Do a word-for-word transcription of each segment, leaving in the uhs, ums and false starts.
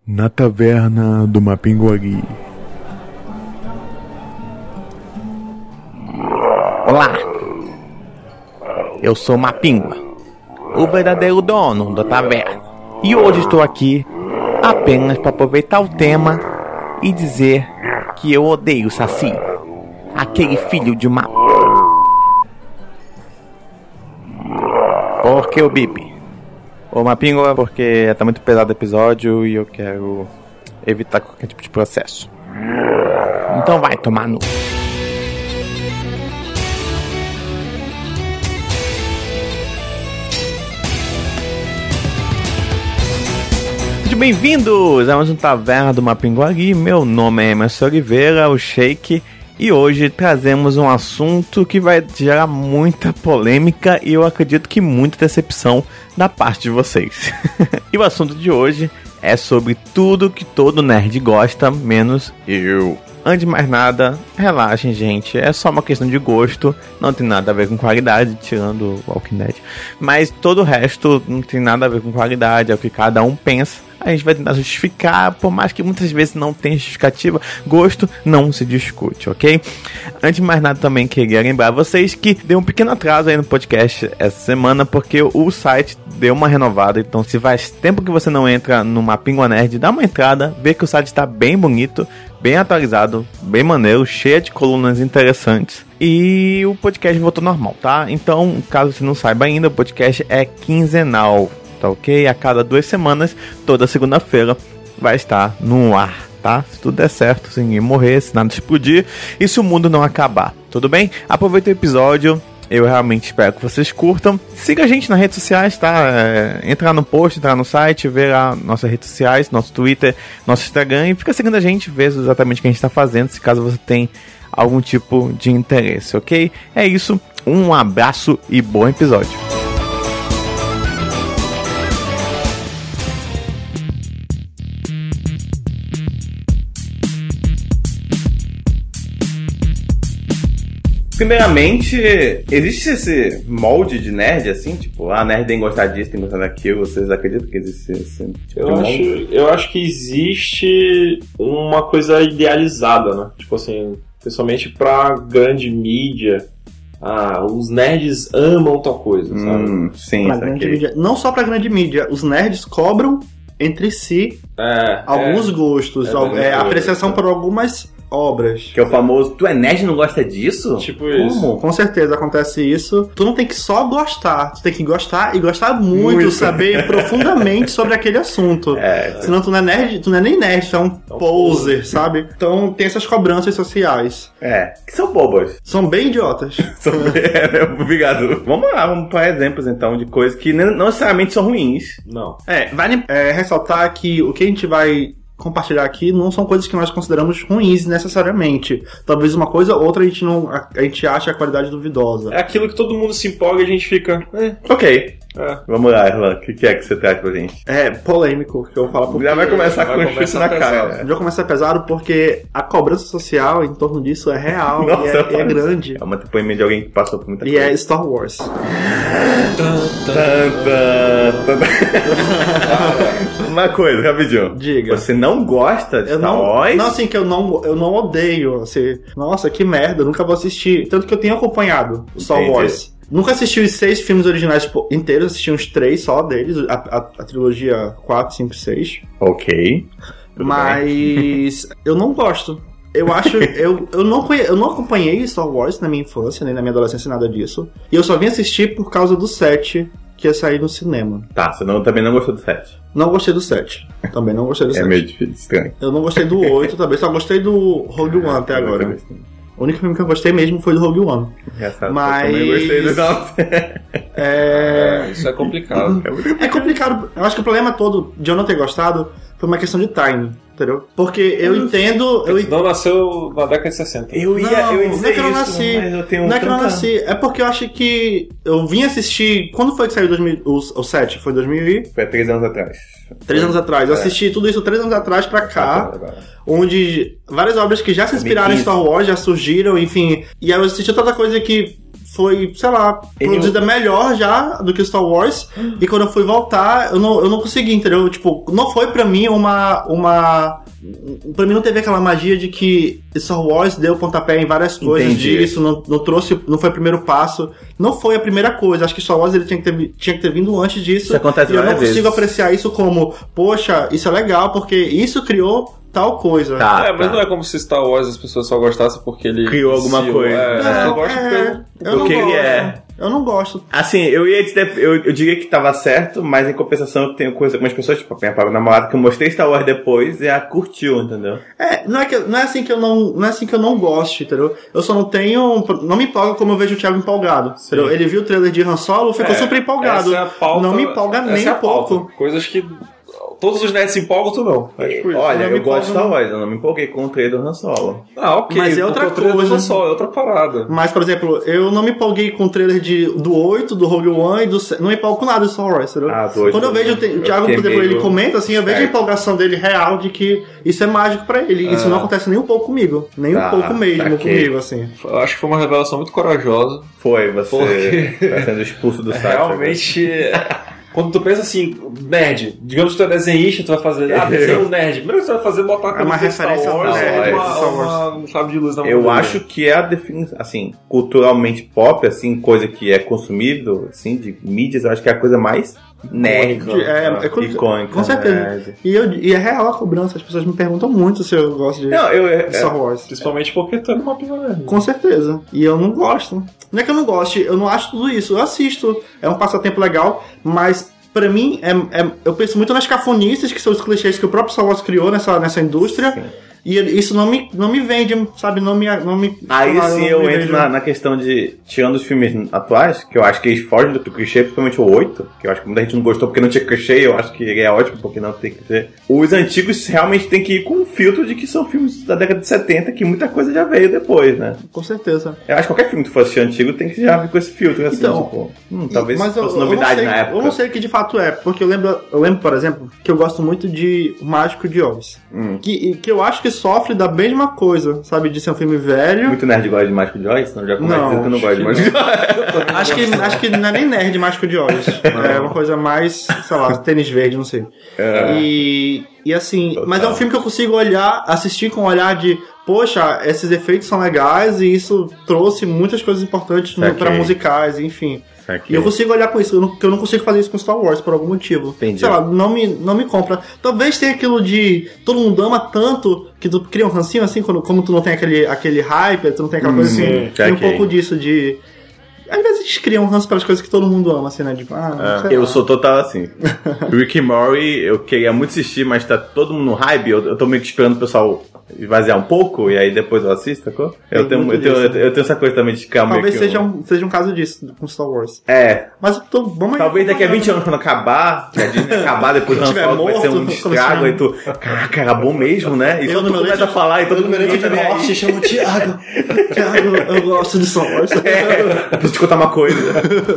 Na taverna do Mapinguari. Olá, eu sou Mapingua, o verdadeiro dono da taverna. E hoje estou aqui apenas para aproveitar o tema e dizer que eu odeio o Saci, aquele filho de uma... Por que o Bibi? Ô Mapingua, porque tá muito pesado o episódio e eu quero evitar qualquer tipo de processo. Então vai tomar no... Bem-vindos a mais um Taverna do Mapinguari. Meu nome é Emerson Oliveira, o Shake, e hoje trazemos um assunto que vai gerar muita polêmica e eu acredito que muita decepção da parte de vocês. E o assunto de hoje é sobre tudo que todo nerd gosta, menos eu. Antes de mais nada, relaxem, gente, é só uma questão de gosto, não tem nada a ver com qualidade, tirando o Walking Dead, mas todo o resto não tem nada a ver com qualidade, é o que cada um pensa. A gente vai tentar justificar, por mais que muitas vezes não tenha justificativa, gosto não se discute, ok? Antes de mais nada, também queria lembrar vocês que deu um pequeno atraso aí no podcast essa semana, porque o site deu uma renovada. Então, se faz tempo que você não entra no Mapingua Nerd, dá uma entrada, vê que o site está bem bonito, bem atualizado, bem maneiro, cheio de colunas interessantes. E o podcast voltou normal, tá? Então, caso você não saiba ainda, o podcast é quinzenal. Tá ok? A cada duas semanas, toda segunda-feira, vai estar no ar, tá? Se tudo der certo, se ninguém morrer, se nada explodir e se o mundo não acabar, tudo bem? Aproveita o episódio, eu realmente espero que vocês curtam. Siga a gente nas redes sociais, tá? É, entrar no post, entrar no site, ver lá nossas redes sociais, nosso Twitter, nosso Instagram e fica seguindo a gente, ver exatamente o que a gente tá fazendo, se caso você tem algum tipo de interesse, ok? É isso, um abraço e bom episódio. Primeiramente, existe esse molde de nerd, assim? Tipo, ah, nerd tem que gostar disso, tem que gostar daquilo. Vocês acreditam que existe esse tipo eu de molde? acho, eu acho que existe uma coisa idealizada, né? Tipo assim, principalmente pra grande mídia. Ah, os nerds amam tal coisa, hum, sabe? Sim, pra grande mídia. Não só pra grande mídia, os nerds cobram entre si é, alguns é, gostos, é, é, apreciação é. por algumas obras. Que é o famoso, tu é nerd e não gosta disso? Tipo isso. Como? Com certeza acontece isso. Tu não tem que só gostar, tu tem que gostar e gostar muito, muito. Saber profundamente sobre aquele assunto. É, senão tu não é nerd, tu não é nem nerd, tu é um então, poser, poser, sabe? Então tem essas cobranças sociais. É, que são bobas. São bem idiotas. São bem, é, obrigado. Vamos lá, vamos para exemplos então de coisas que não necessariamente são ruins. Não. É, vale é, ressaltar que o que a gente vai compartilhar aqui não são coisas que nós consideramos ruins necessariamente. Talvez uma coisa ou outra a gente, não, a, a gente acha a qualidade duvidosa. É aquilo que todo mundo se empolga e a gente fica... É, ok. É. Vamos lá, Erlan. O que, que é que você traz pra gente? É polêmico, que eu vou falar porque... Já vai começar vai com o chute na cara. Já vai começar pesado porque a cobrança social em torno disso é real. Nossa, e é, é grande. É uma depoimento de alguém que passou por muita e coisa. E é Star Wars. Uma coisa, rapidinho. Diga. Você não gosta de eu Star não, Wars? Não, assim, que eu não, eu não odeio. Assim, nossa, que merda, eu nunca vou assistir. Tanto que eu tenho acompanhado o Star Entendi. Wars. Nunca assisti os seis filmes originais inteiros, assisti uns três só deles, a, a, a trilogia quatro, cinco, seis. Ok. Tudo Mas bem. Eu não gosto. Eu acho. eu, eu, não conhe, eu não acompanhei Star Wars na minha infância, nem na minha adolescência, nada disso. E eu só vim assistir por causa do sete que ia sair no cinema. Tá, você não, também não gostou do sete? Não gostei do sete. Também não gostei do sete. É meio difícil, estranho. Eu não gostei do oito também, só gostei do Rogue One até agora. O único filme que eu gostei mesmo foi do Rogue One. Engraçado, mas... eu também gostei do não. É... é... Isso é complicado. É complicado. Eu acho que o problema todo de eu não ter gostado foi uma questão de timing, entendeu? Porque eu Nossa. entendo... Eu... Não nasceu na década de sessenta. Eu ia, não, eu ia dizer não é que eu não isso, nasci. mas eu tenho não é que eu não tanta... nasci. É porque eu acho que eu vim assistir... Quando foi que saiu dois mil, o, o sete? Foi dois mil e... Foi há três anos atrás. Três anos atrás. Eu assisti tudo isso três anos atrás pra cá. Onde várias obras que já se inspiraram em Star Wars já surgiram, enfim. E aí eu assisti tanta coisa que foi, sei lá, produzida eu... melhor já do que Star Wars. E quando eu fui voltar, eu não, eu não consegui, entendeu? Tipo, não foi pra mim uma... uma... Pra mim não teve aquela magia de que Star Wars deu pontapé em várias coisas. Entendi. Disso, não, não trouxe, não foi o primeiro passo. Não foi a primeira coisa. Acho que Star Wars ele tinha que ter, tinha que ter vindo antes disso. Isso acontece e eu não vezes. consigo apreciar isso como, poxa, isso é legal, porque isso criou tal coisa. Tá, é, mas tá. Não é como se Star Wars as pessoas só gostassem porque ele criou alguma se, coisa. É, não, eu gosto é, pelo, eu porque não ele gosto. é. Eu não gosto. Assim, eu ia dizer, eu, eu diria que tava certo, mas em compensação eu tenho coisa, algumas pessoas, tipo, a minha própria namorada que eu mostrei Star Wars depois e a curtiu, entendeu? É, não é, que, não é assim que eu não, não é assim que eu não gosto, entendeu? Eu só não tenho, não me empolga como eu vejo o Thiago empolgado, entendeu? Ele viu o trailer de Han Solo, ficou é, super empolgado. É a pauta, não me empolga nem é um pouco. Coisas que todos os nerds se empolgam, tu não. É tipo isso. Olha, eu, eu gosto de Star não. Wars, eu não me empolguei com o trailer do Han Solo. Ah, ok. Mas é outra coisa. Só, é outra parada. Mas, por exemplo, eu não me empolguei com o trailer de, do oito, do Rogue One e do... Não me empolgo com nada do Star Wars, entendeu? Ah, do oito, Quando eu vejo o, te, o Thiago, por exemplo, ele comenta assim, eu vejo a empolgação dele real de que isso é mágico pra ele. Ah. Isso não acontece nem um pouco comigo. Nem ah, um pouco mesmo tá comigo, assim. Eu acho que foi uma revelação muito corajosa. Foi, você porque... tá sendo expulso do site. Realmente... Quando tu pensa assim, nerd, digamos que tu é desenhista, tu vai fazer, ah, desenho um nerd. Primeiro que tu vai fazer, botar é uma referência Star Wars, é, é, uma, uma, um sabre de luz na mão. Eu acho que é a definição, assim, culturalmente pop, assim, coisa que é consumido, assim, de mídias, eu acho que é a coisa mais nerd, é, é, é, icônica. Com certeza. Nerd. E, eu, e é real a cobrança, as pessoas me perguntam muito se eu gosto de, não, eu, de Star Wars. Principalmente porque tu é numa pila nerd. Com certeza. E eu não gosto. Não é que eu não goste, eu não acho tudo isso. Eu assisto, é um passatempo legal, mas... Pra mim, é, é, eu penso muito nas cafonices, que são os clichês que o próprio Star Wars criou nessa, nessa indústria. Sim. E isso não me, não me vende, sabe? Não me, não me Aí claro, sim eu eu entro na, na questão de, tirando os filmes atuais, que eu acho que eles fogem do clichê, principalmente o oito, que eu acho que muita gente não gostou porque não tinha clichê, eu acho que ele é ótimo porque não tem clichê. Os antigos realmente tem que ir com um filtro de que são filmes da década de setenta, que muita coisa já veio depois, né? Com certeza. Eu acho que qualquer filme que tu for assistir antigo tem que já vir com esse filtro, assim, então, tipo, hum, talvez mas fosse eu, novidade eu sei, na época. Eu não sei o que de fato é, porque eu lembro, eu lembro, por exemplo, que eu gosto muito de O Mágico de Oz. Hum. Que, que eu acho que sofre da mesma coisa, sabe? De ser um filme velho. Muito nerd gosta de Mágico de Oz? Não, já começa não, dizendo que eu não gosto de Mágico de Oz. acho, que, acho que não é nem nerd Mágico de Oz. É uma coisa mais, sei lá, tênis verde, não sei. É. E, e assim, total. Mas é um filme que eu consigo olhar, assistir com um olhar de poxa, esses efeitos são legais e isso trouxe muitas coisas importantes no, pra musicais, enfim. Okay. E eu consigo olhar com isso, eu não, eu não consigo fazer isso com Star Wars por algum motivo. Entendi. Sei lá, não me, não me compra. Talvez tenha aquilo de todo mundo ama tanto que tu cria um rancinho assim, quando, como tu não tem aquele, aquele hype, tu não tem aquela coisa assim. Okay. Tem um pouco disso de... Às vezes eles criam um ranço pelas coisas que todo mundo ama, assim, né? Tipo, ah, é. Eu sou total assim. Rick and Morty, eu queria muito assistir, mas tá todo mundo no hype, eu, eu tô meio que esperando o pessoal esvaziar um pouco, e aí depois eu assisto, sacou? Eu tenho, eu, tenho, eu, tenho, eu tenho essa coisa também de criar meio Talvez que seja um... um, seja um caso disso, com Star Wars. É. Mas eu tô... Vamos Talvez daqui a vinte anos, quando acabar, que a Disney acabar, depois do Solo, vai ser um estrago, aí tu... Caraca, acabou mesmo, né? E só tu começa a falar, e todo mundo entra também aí. Te chama o Thiago. Thiago, eu gosto de Star Wars. É, preciso te contar uma coisa.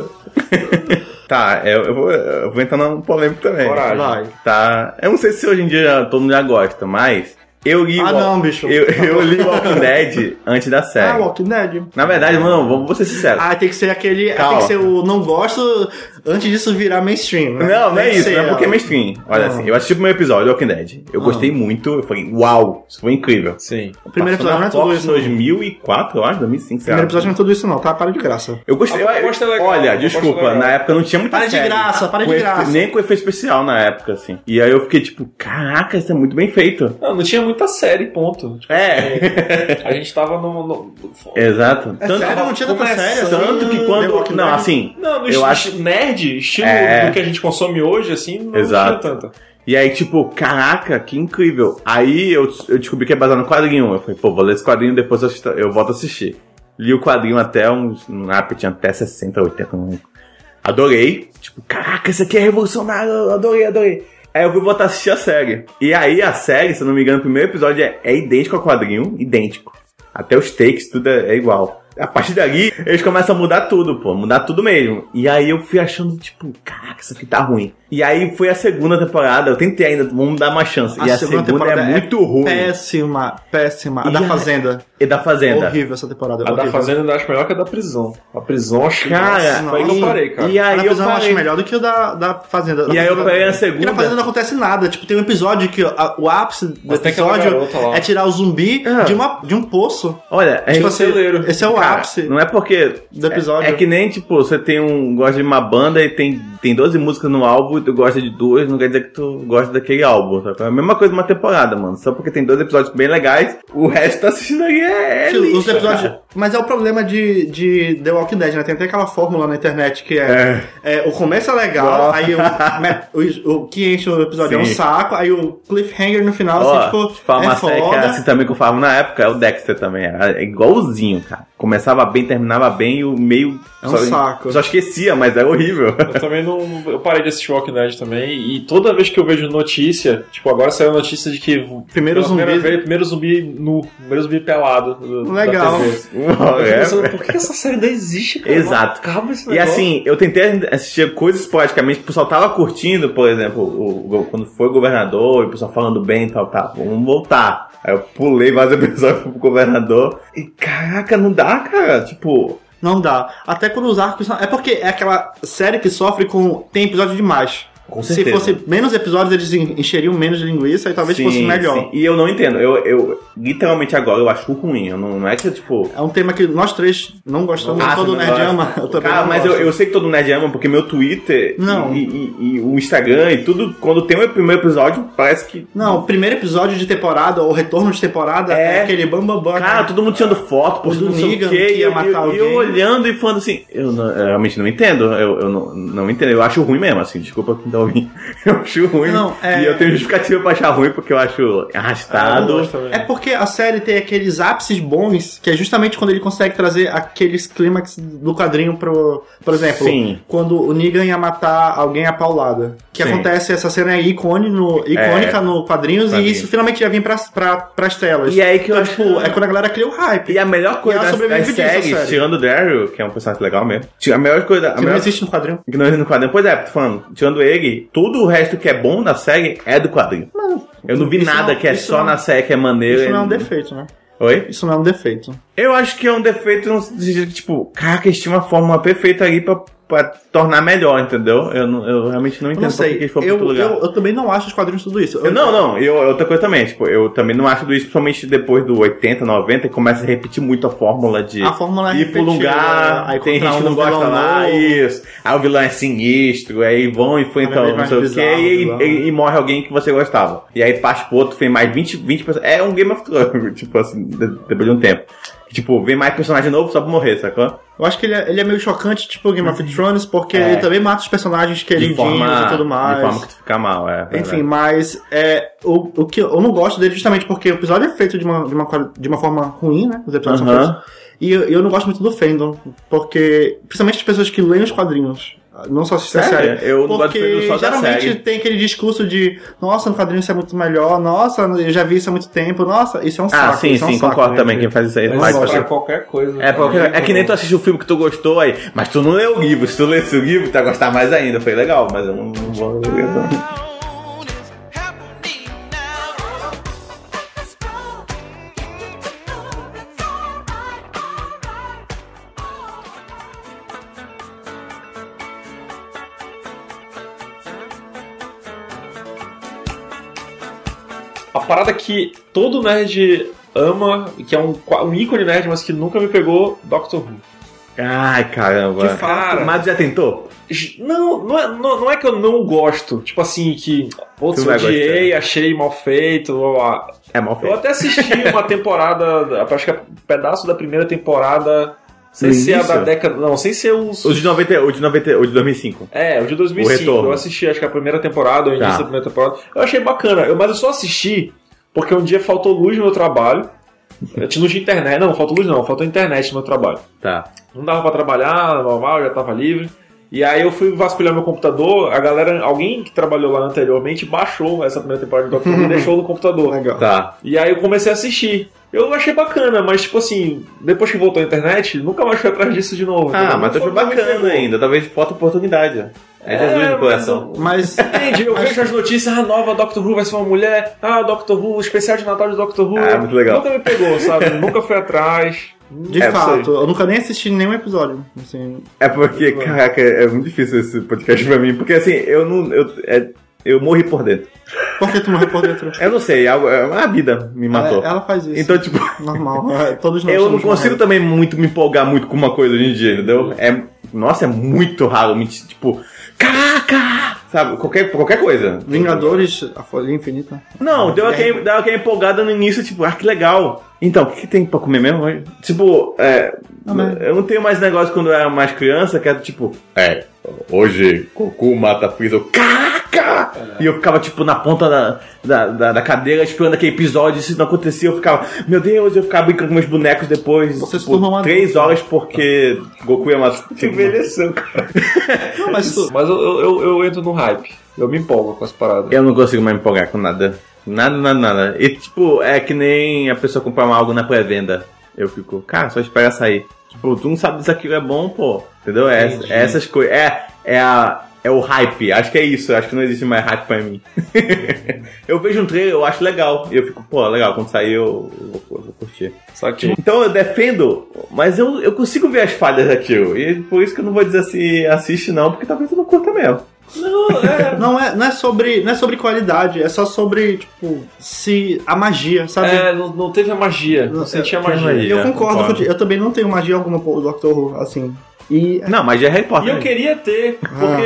Tá, eu, eu, vou, eu vou entrar num polêmico também. Coragem. Vai. Tá. Eu não sei se hoje em dia todo mundo já gosta, mas eu li Ah, o, não, bicho. Eu, eu li Walking Dead antes da série. Ah, Walking Dead. Na verdade, mano, vamos ser sinceros. Ah, tem que ser aquele. Calma. Tem que ser o não gosto antes disso virar mainstream. Né? Não, não é isso, ser, não é porque é ó. mainstream. Olha Ah. assim, eu assisti o primeiro episódio do Walking Dead. Eu Ah. gostei muito, eu falei, uau, isso foi incrível. Sim. O primeiro Passou episódio não na é tudo Fox isso. em dois mil e quatro, eu acho, dois mil e cinco, O primeiro sei episódio lá. não é tudo isso, não, tá? Para de graça. Eu gostei. A proposta é legal, a Olha, proposta desculpa, é legal. na época não tinha muita Para de série. graça, para de Com graça. efe- Nem com efeito especial na época, assim. E aí eu fiquei tipo, caraca, isso é muito bem feito. Não, não tinha muita série, ponto. Tipo, É. a gente tava no... no... Exato. É Tanto, sério, não tinha tanta começando, série assim. tanto que The quando... Walking Não, Dead? assim... Não, no eu estilo acho... nerd, estilo É. do que a gente consome hoje, assim, não Exato. tinha tanta. E aí, tipo, caraca, que incrível. Aí eu, eu descobri que é baseado no quadrinho. Eu falei, pô, vou ler esse quadrinho e depois eu, assisto- eu volto a assistir. Li o quadrinho até uns... Na época tinha até sessenta, oitenta. Não... Adorei. Tipo, caraca, isso aqui é revolucionário. Eu adorei, adorei. Aí eu fui voltar a assistir a série. E aí a série, se eu não me engano, o primeiro episódio é, é idêntico ao quadrinho. Idêntico. Até os takes, tudo é, é igual. A partir dali, eles começam a mudar tudo, pô. Mudar tudo mesmo. E aí eu fui achando, tipo, caraca, isso aqui tá ruim. E aí foi a segunda temporada. Eu tentei ainda, vamos dar uma chance. A e a segunda, segunda é muito é ruim. Péssima, péssima. A E da a- Fazenda. E da Fazenda. Horrível essa temporada. A da horrível. Fazenda eu acho melhor que a da prisão. A prisão acho Cara, Nossa, foi aí que eu parei, cara. E A aí da eu prisão eu acho parei. melhor do que o da, da Fazenda. E aí eu parei na Porque segunda. na Fazenda não acontece nada. Tipo, tem um episódio que a- o ápice do Mas tem aquela episódio garota lá. é tirar o zumbi Ah. de, uma, de um poço. Olha, é Tipo tipo assim, celeiro. esse é o cara, ápice não é porque do episódio. É, é que nem, tipo, você tem um. Gosta de uma banda e tem, tem doze músicas no álbum e tu gosta de duas, não quer dizer que tu gosta daquele álbum, sabe? É a mesma coisa uma temporada, mano. Só porque tem dois episódios bem legais, o resto tá assistindo aí é, é Sim, lixo, os episódios. cara. Mas é o problema de, de The Walking Dead, né? Tem até aquela fórmula na internet que é, é, o começo é legal, Oh. aí o, o, o que enche o episódio é um Sim. saco, aí o cliffhanger no final, Ó, assim, tipo, fala uma é série que é foda. assim também que eu falava na época, é o Dexter também. É igualzinho, cara. Começava bem, terminava bem e o meio. É um só, saco. Só esquecia, mas é horrível. Eu também não. Eu parei de assistir Walking Dead também. E toda vez que eu vejo notícia, tipo, agora saiu a notícia de que. Primeiro pela primeira zumbi- vez, primeiro zumbi nu, primeiro zumbi pelado. do- Legal. Da T V. Eu fico É, pensando, por que essa série ainda existe, cara? Exato. Acaba esse E negócio. assim, eu tentei assistir coisas esporadicamente que o pessoal tava curtindo, por exemplo, o, o- quando foi governador, e o pessoal falando bem e tal, tá, vamos voltar. Aí eu pulei vários episódios pro governador e caraca, não dá, cara, tipo... Não dá. Até quando os arcos. É porque é aquela série que sofre com. Tem episódio demais. Com Se certeza. fosse menos episódios, eles encheriam menos de linguiça e talvez Sim, fosse melhor. sim. E eu não entendo, eu, eu literalmente agora eu acho ruim, eu não, não é que tipo... É um tema que nós três não gostamos, Ah, todo você não nerd gosta? ama. Eu também Cara, não mas eu, gosto. eu sei que todo nerd ama, porque meu Twitter Não. E, e- e o Instagram e tudo, quando tem o primeiro episódio, parece que... Não, o primeiro episódio de temporada, ou retorno de temporada, é, É. aquele bam bam bam. Cara, todo mundo tirando foto, O postando do não sei o Negan quê, que e ia eu, matar eu, eu alguém. olhando e falando assim, eu, não- eu realmente não entendo, eu, eu não, não entendo, eu acho ruim mesmo, assim, desculpa quem tá ouvindo, eu acho ruim, Não, é- e eu tenho justificativa pra achar ruim, porque eu acho Ah, eu arrastado. não gosto também. É porque a série tem aqueles ápices bons, que é justamente quando ele consegue trazer aqueles clímax do quadrinho pro... Por exemplo, Sim. quando o Negan ia matar alguém a paulada. Que Sim. acontece, essa cena é ícone no, icônica É. no quadrinhos, Quadrinho. e isso finalmente ia vir pra, pra, pras telas. E aí que eu então, acho- tipo, é quando a galera cria o hype. E a melhor coisa E ela das, sobrevive das disso, a séries, série. tirando o Daryl, que é um personagem legal mesmo, a melhor coisa... A Que não melhor... existe no quadrinho. Que não existe no quadrinho. Pois é, tô falando, tirando ele, tudo o resto que é bom da série é do quadrinho. Eu não vi isso nada não- que é isso só não- na série que é maneiro. Isso não é um defeito, né? Oi? Isso não é um defeito. Eu acho que é um defeito no sentido que, tipo, caraca, eles tinham uma fórmula perfeita ali pra, pra tornar melhor, entendeu? Eu, não- eu realmente não Eu entendo não por que sei. que eles foram pra Eu, outro lugar. eu, eu também não acho os quadrinhos tudo isso. Eu- não, não, eu, outra coisa também, tipo, eu também não acho tudo isso, principalmente depois do oitenta, noventa, que começa a repetir muito a fórmula de A fórmula é ir pro repetida, lugar, aí tem contra gente que um não gosta vilão lá, novo. isso, aí o vilão é sinistro, aí vão enfrentam Cada vez não mais sei o bizarro, que, e, vilão. e, e morre alguém que você gostava. E aí parte pro outro, tem mais vinte, vinte pessoas, é um Game of Thrones, tipo assim, de- depois de um tempo. Tipo, vem mais personagem novo só pra morrer, sacou? Eu acho que ele é, ele é meio chocante, tipo Game of Thrones, porque É. ele também mata os personagens De queridinhos forma, e tudo mais. de forma que tu fica mal, é. Enfim, mas é, o, o que eu não gosto dele justamente porque o episódio é feito de uma, de uma, de uma forma ruim, né? Os episódios Aham. são feitos. E eu, eu não gosto muito do fandom, porque, principalmente as pessoas que leem os quadrinhos, não só assistem a Sério? série. Eu não gosto de porque fandom só da geralmente série. tem aquele discurso de, nossa, no quadrinho isso é muito melhor, nossa, eu já vi isso há muito tempo, nossa, isso é um saco. Ah, sim, isso é um sim, saco, concordo gente. também, quem faz isso aí. Mas Mas, pra tipo, qualquer coisa. É, porque, é que nem tu assiste o filme que tu gostou aí, mas tu não leu o livro. Se tu lesse o livro, tu vai gostar mais ainda. Foi legal, mas eu não, não vou ler, não. A parada que todo nerd ama, e que é um, um ícone nerd, mas que nunca me pegou, Doctor Who. Ai, caramba. De fato. Mas tu já tentou? Não, não é, não, não é que eu não gosto. Tipo assim, que putz, Tu vai odiei, gostar. achei mal feito. Blá, blá. É mal Eu feito. até assisti uma temporada, acho que é um pedaço da primeira temporada. Sem No ser a da início? década. Não, sem ser os. O de noventa, o de noventa, o de dois mil e cinco. É, o de dois mil e O cinco. retorno. Eu assisti, acho que a primeira temporada, o início Tá. da primeira temporada. Eu achei bacana, eu, mas eu só assisti porque um dia faltou luz no meu trabalho. Eu não tinha internet. Não, faltou luz não, faltou internet no meu trabalho. Tá. Não dava pra trabalhar, normal, já tava livre. E aí eu fui vasculhar meu computador, a galera, alguém que trabalhou lá anteriormente baixou essa primeira temporada de Doctor Who e deixou no computador. Legal. Tá. E aí eu comecei a assistir. Eu achei bacana, mas tipo assim, depois que voltou à internet, nunca mais fui atrás disso de novo. Ah, mas tu achou bacana ainda, talvez falta oportunidade. É Jesus É, do coração. Mas. Entendi, eu mas... vejo as notícias, ah, nova Doctor Who vai ser uma mulher, ah, Doctor Who, especial de Natal de Doctor Who. Ah, muito legal. Nunca me pegou, sabe? Nunca fui atrás. De É, fato, eu nunca nem assisti nenhum episódio. Assim. É porque, caraca, é muito difícil esse podcast pra mim, porque assim, eu não. Eu, é, eu morri por dentro. Por que tu morreu por dentro? Eu não sei, algo, a vida me matou. Ela, ela faz isso. Então, tipo. Normal. Todos nós Eu não consigo morrendo. também muito me empolgar muito com uma coisa hoje em dia, entendeu? É, nossa, é muito raro, me, tipo. Caraca! Sabe, qualquer, qualquer coisa. Vingadores, a Folha Infinita. Não, deu aquela, deu aquela empolgada no início, tipo, ah, que legal. Então, o que, que tem pra comer mesmo hoje? Tipo, é. mas- Eu não tenho mais negócio quando eu era mais criança, que era tipo, é, hoje Goku mata Freeza, eu, caraca! E eu ficava, tipo, na ponta da, da, da, da cadeira esperando aquele episódio, e se não acontecia, eu ficava, meu Deus, eu ficava brincando com meus bonecos depois, Você se tipo, tornou uma três adulta. horas porque Goku ia matar. Envelheceu, cara. Não, mas tu, Mas eu, eu, eu, eu entro no hype. Eu me empolgo com as paradas. Eu não consigo mais me empolgar com nada. Nada, nada, nada. E, tipo, é que nem a pessoa comprar algo na pré-venda. Eu fico, cara, só espera sair. Tipo, tu não sabe se aquilo é bom, pô. Entendeu? É, Entendi. é essas coisas. É, é, a, é o hype. Acho que é isso. Acho que não existe mais hype pra mim. Eu vejo um trailer, eu acho legal. E eu fico, pô, legal. Quando sair, eu, eu, vou, eu vou curtir. Só que... Então eu defendo, mas eu, eu consigo ver as falhas daquilo. E por isso que eu não vou dizer assim, assiste não, porque talvez eu não curta mesmo. Não, é... não, é, não, é sobre, não é sobre qualidade, é só sobre, tipo, se a magia, sabe? É, não, não teve a magia. Não, Não, sentia é- magia. magia. E eu é, concordo, concordo. contigo. Eu também não tenho magia alguma pro Doctor Who, assim. E. Não, mas já é Harry Potter. E eu né? queria ter,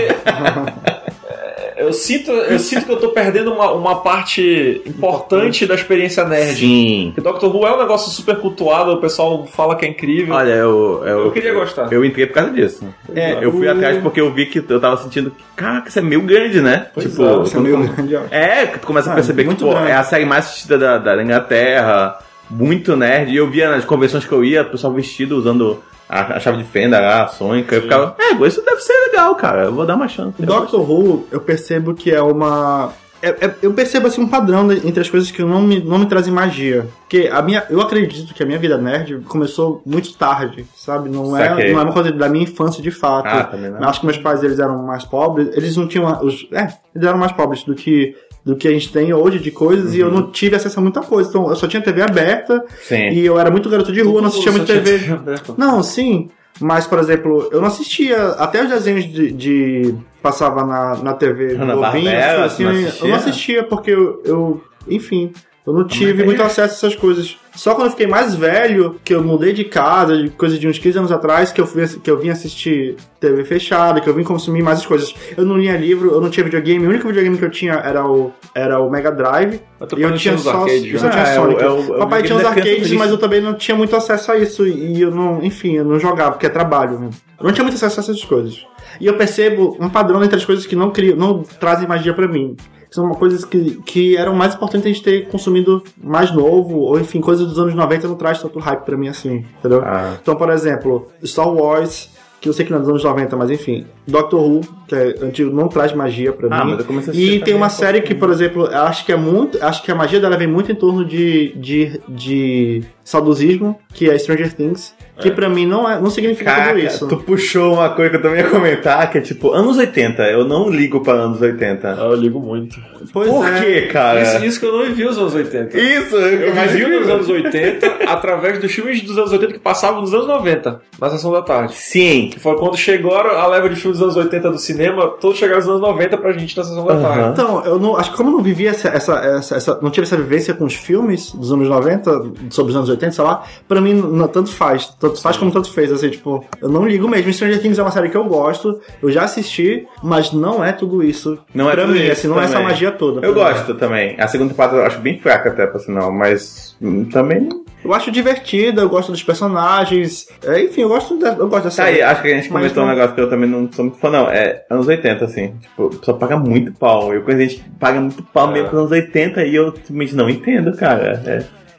porque é, eu sinto, eu sinto que eu tô perdendo uma, uma parte importante da experiência nerd. Sim. Porque Doctor Who é um negócio super cultuado, o pessoal fala que é incrível. Olha, eu, eu, Eu queria gostar. Eu entrei por causa disso. É, Eu fui o- atrás porque eu vi que eu tava sentindo que, caraca, isso é meio grande, né? Pois tipo, é, Isso é quando- meio grande, ó. é, que tu começa a Ah, perceber que muito pô, grande. é a série mais assistida da, da Inglaterra, muito nerd. E eu via nas convenções que eu ia, o pessoal vestido usando a, a chave de fenda lá, a sônica. Eu ficava, é, isso deve ser legal, cara. Eu vou dar uma chance. O Doctor Who, eu percebo que é uma. é- é- eu percebo assim um padrão de- entre as coisas que não me, não me trazem magia. Porque a minha, eu acredito que a minha vida nerd começou muito tarde, sabe? Não é, Saquei. não é uma coisa da minha infância de fato. Ah, também não. Eu acho que meus pais eles eram mais pobres, eles não tinham. Os, é, eles eram mais pobres do que, do que a gente tem hoje de coisas e eu não tive acesso a muita coisa. Então eu só tinha T V aberta Sim. e eu era muito garoto de rua, não assistia muito T V. aberto. Não, sim. Mas, por exemplo, eu não assistia até os desenhos de. de- passava na, na T V Ana bobinho, Barbera, assim, não eu assistia? não assistia porque eu, eu enfim, eu não tive aí- muito acesso a essas coisas. Só quando eu fiquei mais velho, que eu mudei de casa, de coisa de uns quinze anos atrás, que eu, fui, que eu vim assistir T V fechada, que eu vim consumir mais as coisas. Eu não lia livro, eu não tinha videogame, o único videogame que eu tinha era o, era o Mega Drive. Mas tu E eu pode tinha ter os só, arcades, eu só né? tinha Ah, é Sonic. o- é o- é o Papai tinha os videogame da criança arcades, triste. mas eu também não tinha muito acesso a isso. E eu não, enfim, eu não jogava, porque é trabalho mesmo. Eu não tinha muito acesso a essas coisas. E eu percebo um padrão entre as coisas que não criam, não trazem magia pra mim. São coisas que, que eram mais importantes a gente ter consumido mais novo, ou enfim, coisas dos anos noventa não traz tanto hype pra mim assim, entendeu? Ah. Então, por exemplo, Star Wars, que eu sei que não é dos anos noventa, mas enfim, Doctor Who, que é antigo, não traz magia pra Ah, mim. mas eu comecei a assistir E tem também uma há série pouco que, por exemplo, eu acho que é muito. Acho que a magia dela vem muito em torno de, de, de saudosismo, que é Stranger Things. Que pra mim não, é, não significa Caraca, tudo isso. tu puxou uma coisa que eu também ia comentar, que é tipo, anos oitenta. Eu não ligo pra anos oitenta. Ah, eu ligo muito. Pois Por é. quê, cara? Isso, isso que eu não vivi os anos oitenta. Isso, Eu vivi imagino. nos anos oitenta através dos filmes dos anos oitenta que passavam nos anos noventa, na sessão da tarde. Sim. Que foi quando chegou a leva de filmes dos anos oitenta do cinema, todos chegaram nos anos noventa pra gente na sessão da Aham. tarde. Então, eu não, acho que como eu não vivi essa, essa, essa, essa- não tive essa vivência com os filmes dos anos noventa, sobre os anos oitenta, sei lá, pra mim não, tanto faz, tanto faz como tanto fez, assim, tipo, eu não ligo mesmo. Stranger Things é uma série que eu gosto, eu já assisti, mas não é tudo isso. Não é pra tudo mim, isso assim, não é essa também. magia toda. Eu pra mim. gosto também. A segunda temporada eu acho bem fraca até, por sinal, mas hum, também... Eu acho divertida, eu gosto dos personagens, é, enfim, eu gosto da, eu gosto da Tá aí, série. acho que a gente Mas comentou não- um negócio que eu também não sou muito fã, não. É anos oitenta, assim. Tipo, a pessoa paga muito pau. Eu conheço gente que paga muito pau É. mesmo pros anos oitenta e eu simplesmente não entendo, cara. É,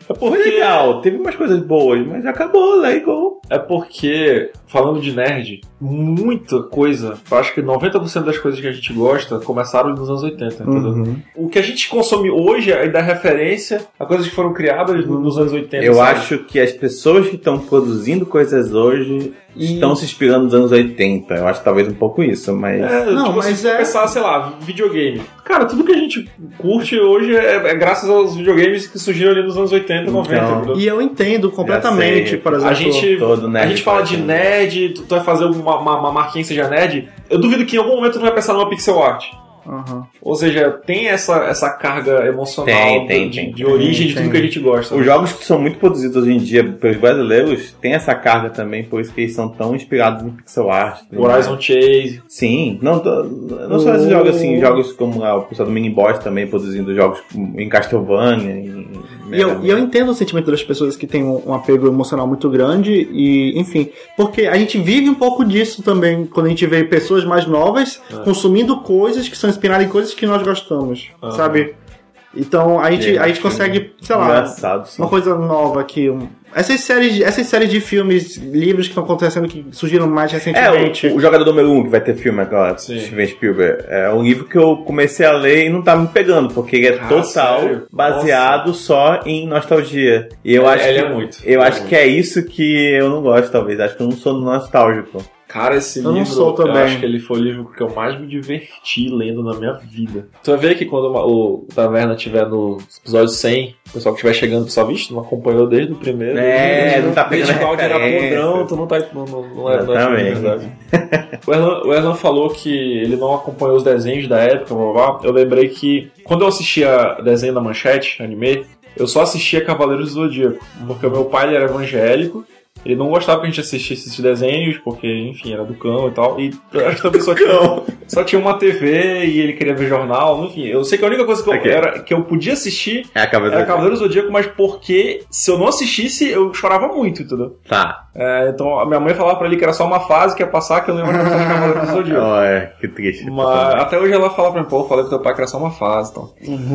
É porque... Foi legal, teve umas coisas boas, mas acabou, legal. É porque, falando de nerd, muita coisa, eu acho que noventa por cento das coisas que a gente gosta começaram nos anos oitenta, entendeu? Uhum. O que a gente consome hoje é da referência a coisas que foram criadas nos anos oitenta. Eu sabe? acho que as pessoas que estão produzindo coisas hoje E... estão se inspirando nos anos oitenta. Eu acho talvez um pouco isso, mas... É, Não, tipo, mas se é- pensar, sei lá, videogame. Cara, tudo que a gente curte hoje é, é graças aos videogames que surgiram ali nos anos oitenta, noventa. Então. entendeu? E eu entendo completamente, sei. por exemplo. A gente, todo nerd a gente fala faz de isso. nerd, tu, tu vai fazer uma, uma, uma marquinha que seja nerd. Eu duvido que em algum momento tu vai pensar numa pixel art. Uhum. Ou seja, tem essa, essa carga emocional Tem, tem, de, tem. de origem de Tem. tudo que a gente gosta. Os jogos que são muito produzidos hoje em dia pelos brasileiros têm essa carga também, por isso que eles são tão inspirados em pixel art. O Horizon Chase. Sim, não, tô- não só esses O- jogos assim, jogos como ah, o pessoal do Mini Boss também produzindo jogos em Castlevania. Em E eu, e eu entendo o sentimento das pessoas que têm um, um apego emocional muito grande e, enfim, porque a gente vive um pouco disso também quando a gente vê pessoas mais novas É. consumindo coisas que são inspiradas em coisas que nós gostamos, Aham. sabe? Então a gente, É, a gente consegue, sei lá, engraçado, sim. uma coisa nova aqui. um- Essas séries, essas séries de filmes, livros que estão acontecendo, que surgiram mais É, recentemente. o, o Jogador número um, que vai ter filme agora, Sim. Steven Spielberg, é um livro que eu comecei a ler e não tá me pegando, porque ele é Ah, total sério? baseado só em nostalgia. E eu Ele- acho ele que, é muito. Eu Ele é acho muito. que é isso que eu não gosto, talvez. Acho que eu não sou nostálgico. Cara, esse Eu não livro, sou também. eu acho que ele foi o livro que eu mais me diverti lendo na minha vida. Tu vai ver que quando uma- o Taverna estiver no episódio cem, o pessoal que estiver chegando, o pessoal, vixe, não acompanhou desde o primeiro. É, desde, não tá pegando desde o Cláudio era referência. podrão, tu não tá... Não, não, não é, não é Exatamente. verdade. O Erlan, o Erlan falou que ele não acompanhou os desenhos da época, blá, blá, blá. Eu lembrei que quando eu assistia desenho da Manchete, anime, eu só assistia Cavaleiros do Zodíaco, porque o meu pai ele era evangélico. Ele não gostava que a gente assistisse esses desenhos, porque, enfim, era do cão e tal. E eu acho que também só tinha, só tinha uma T V e ele queria ver jornal. Enfim, eu sei que a única coisa que eu, Ok. era, que eu podia assistir É a cabeça era Cavaleiros do Zodíaco, mas porque se eu não assistisse, eu chorava muito, entendeu? Tá. É, então a minha mãe falava pra ele que era só uma fase que ia passar, que eu não ia mais gostar de Cavaleiros do Zodíaco. Oh, é, que triste. Mas até hoje ela fala pra mim, pô, eu falei pro teu pai que era só uma fase, então.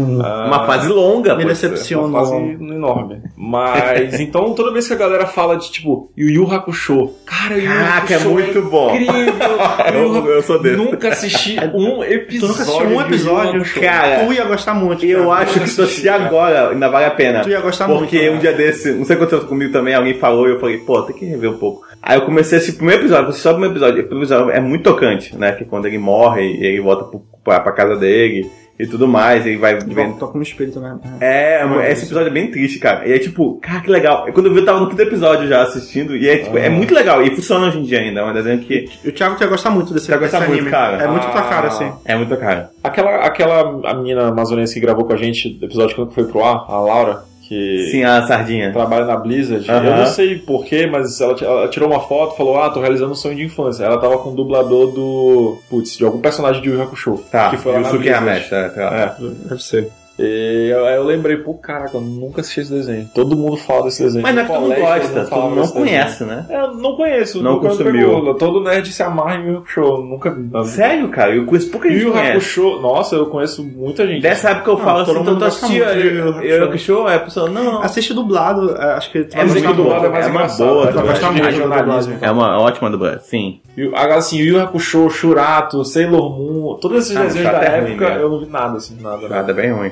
Uma fase longa, Me pô. decepciona. Uma fase enorme. Mas, então, toda vez que a galera fala de, tipo, Yu Yu Hakusho, cara, Yu Yu Caraca, é Hakusho muito bom. incrível. Yu Yu Eu, eu sou desse. Nunca assisti um Tu episódio. nunca assistiu um de Yu Yu episódio? Hakusho. Cara, Tu ia gostar muito. Eu cara. acho que se eu assistir agora, ainda vale a pena. Tu ia gostar Porque muito, né? um dia desse, não sei o que aconteceu comigo também, alguém falou e eu falei, pô, tem que rever um pouco. Aí eu comecei a assistir o primeiro episódio, assisti só o primeiro episódio. O primeiro episódio é muito tocante, né? Que quando ele morre, ele volta pro, pra, pra casa dele e tudo mais, ele vai vendo. Toca no espelho também. É, esse episódio é bem triste, cara. E é tipo, cara, que legal. E quando eu vi, eu tava no quinto episódio já assistindo, e é, tipo, é muito legal. E funciona hoje em dia ainda, é um desenho que E o Thiago ia gostar muito desse, Tu ia gostar desse muito, anime. cara. É muito tua cara, Ah. assim. é muito cara. Aquela, aquela a menina amazonense que gravou com a gente, o episódio quando foi pro ar, a Laura, que Sim, a sardinha. trabalha na Blizzard. Aham. Eu não sei porquê, mas ela, ela tirou uma foto e falou, ah, tô realizando um sonho de infância. Ela tava com o dublador do... Putz, de algum personagem de Yu Yu Hakusho. Tá, que foi lá na Yusuke Blizzard. Hamesh, é, sei lá. É. Deve ser. E eu, aí eu lembrei, pô, caraca, eu nunca assisti esse desenho. Todo mundo fala desse desenho. Mas não é No que tu não colégio, gosta, eu tu falava não desse conhece, né? desenho. É, eu não conheço. Não nunca consumiu. pegou. Todo nerd se amarra em Yu Yu Hakusho. Nunca vi. na vida. Sério, cara? Eu conheço pouca Yu gente Yu conhece. Hakusho, nossa, eu conheço muita gente. Dessa época eu falo todo assim, então mundo tu gosta assistia muito de Yu Yu Yu Hakusho. Yu Hakusho, aí a pessoa, não, não. Assiste dublado, é, acho que tu É vai muito gostar muito boa, dublado, é mais é uma engraçado, boa né? Tu vai gostar dublagem. muito da regionalismo. dublagem. É uma ótima dublagem, sim. Yu- Agora, assim, Yu Yu Hakusho, Shurato, Sailor Moon, todos esses Ah, desenhos Shurato da é ruim época, mesmo. eu não vi nada, assim, nada. Nada, é bem ruim.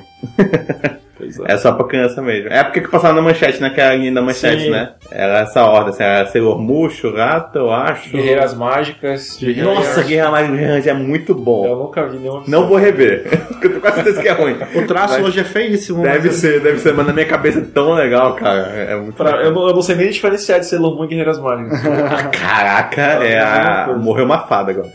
Pois é. É só pra criança mesmo. É porque que passava na manchete, naquela linha da manchete, Sim. né? Era essa ordem, assim, era Sailor Moon, Shurato, eu acho. Guerreiras Mágicas. Nossa, Guerra Mágica é muito bom. Eu nunca vi nenhum Não vou rever, porque eu tô quase certeza que é ruim. O traço Mas hoje é feíssimo. Deve mas- ser, deve ser, mas na minha cabeça é tão legal, cara. É muito Pra- legal. eu, não, eu não sei nem diferenciar de Sailor Moon e Guerreiras Mágicas. Caraca, é a... morreu uma fada agora.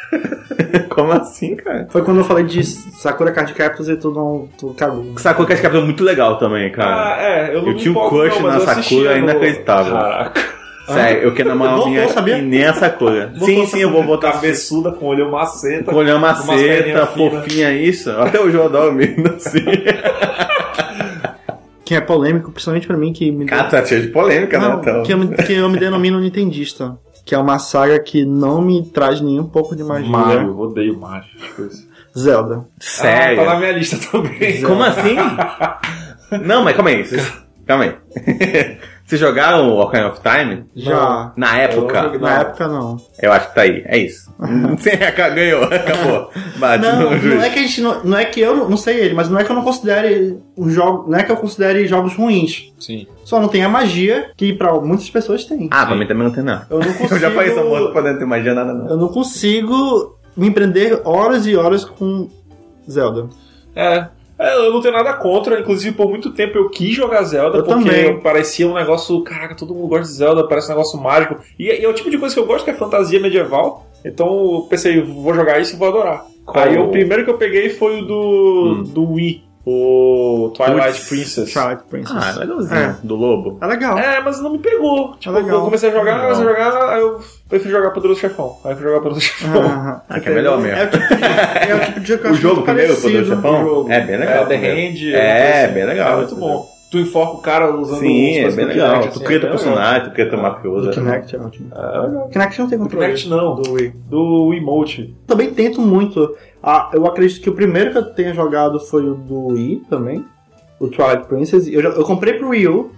Como assim, cara? Foi quando eu falei de Sakura Card Captors e tu não tu cagou. Sakura Card Captors é muito legal também, cara. Ah, é, eu não Eu me tinha um empolgo, crush não, mas na eu Sakura assistia no- inacreditável. Caraca. Sério, eu quero namorar uma Voltou, minha sabia? que nem a Sakura. Voltou, Sim, sim, eu vou botar Cabeçuda com olho maceta. colher umas maceta, perninhas finas. fofinha, isso. Até hoje eu adoro mesmo assim. Que é polêmico, principalmente pra mim, que me Cara, tá cheio de polêmica, não, né? Então. que, eu, me- que eu me denomino nintendista. Que é uma saga que não me traz nenhum pouco de magia. Mario, odeio Mario. as coisas. Zelda. Sério? Ah, tá na minha lista também. Como assim? Não, mas calma aí. Vocês calma aí. Vocês jogaram o Ocarina of Time? Já. Na época? Eu Na época, não. Eu acho que tá aí, é isso. Você ganhou, acabou. Bate Não, no juiz. não é que a gente não, não é que eu não sei ele, mas não é que eu não considere um jogo, não é que eu considere jogos ruins. Sim. Só não tem a magia que pra muitas pessoas tem. Ah, pra mim também não tem não. Eu não consigo. Eu já falei essa moto podendo ter magia nada não. Eu não consigo me empreender horas e horas com Zelda. É. É, eu não tenho nada contra, inclusive por muito tempo eu quis jogar Zelda, Eu porque também. parecia um negócio, caraca, todo mundo gosta de Zelda, parece um negócio mágico. E, e é o tipo de coisa que eu gosto, que é fantasia medieval, então eu pensei, vou jogar isso e vou adorar. Qual? Aí o primeiro que eu peguei foi o do, Hum. do Wii, o Twilight Putz. Princess. Twilight Princess. Ah, legalzinho. É. Do lobo. É legal. É, mas não me pegou. Tipo, É legal. eu comecei a jogar, Não. comecei a jogar, aí eu prefiro jogar Poderoso Chefão. Aí eu fui jogar Poderoso Chefão. Ah, Ah, que é melhor mesmo. É o tipo de, é o tipo de jogo que eu O acho jogo muito primeiro, o parecido. Poderoso Chefão? O jogo. É bem legal. É, The primeiro. Hand. É, assim. bem legal. É muito bom. Tu enforca o cara usando Sim, os é coisas bem do legal. Kinect, Tu assim, cria é teu bem legal. personagem, tu cria teu mafioso. O Kinect é ótimo. É legal. O Kinect não tem Do controle. Kinect não, Do Wii. do Emote. Também tento muito. Ah, eu acredito que o primeiro que eu tenha jogado foi o do Wii também. O Twilight Princess. Eu, já- eu comprei pro Wii U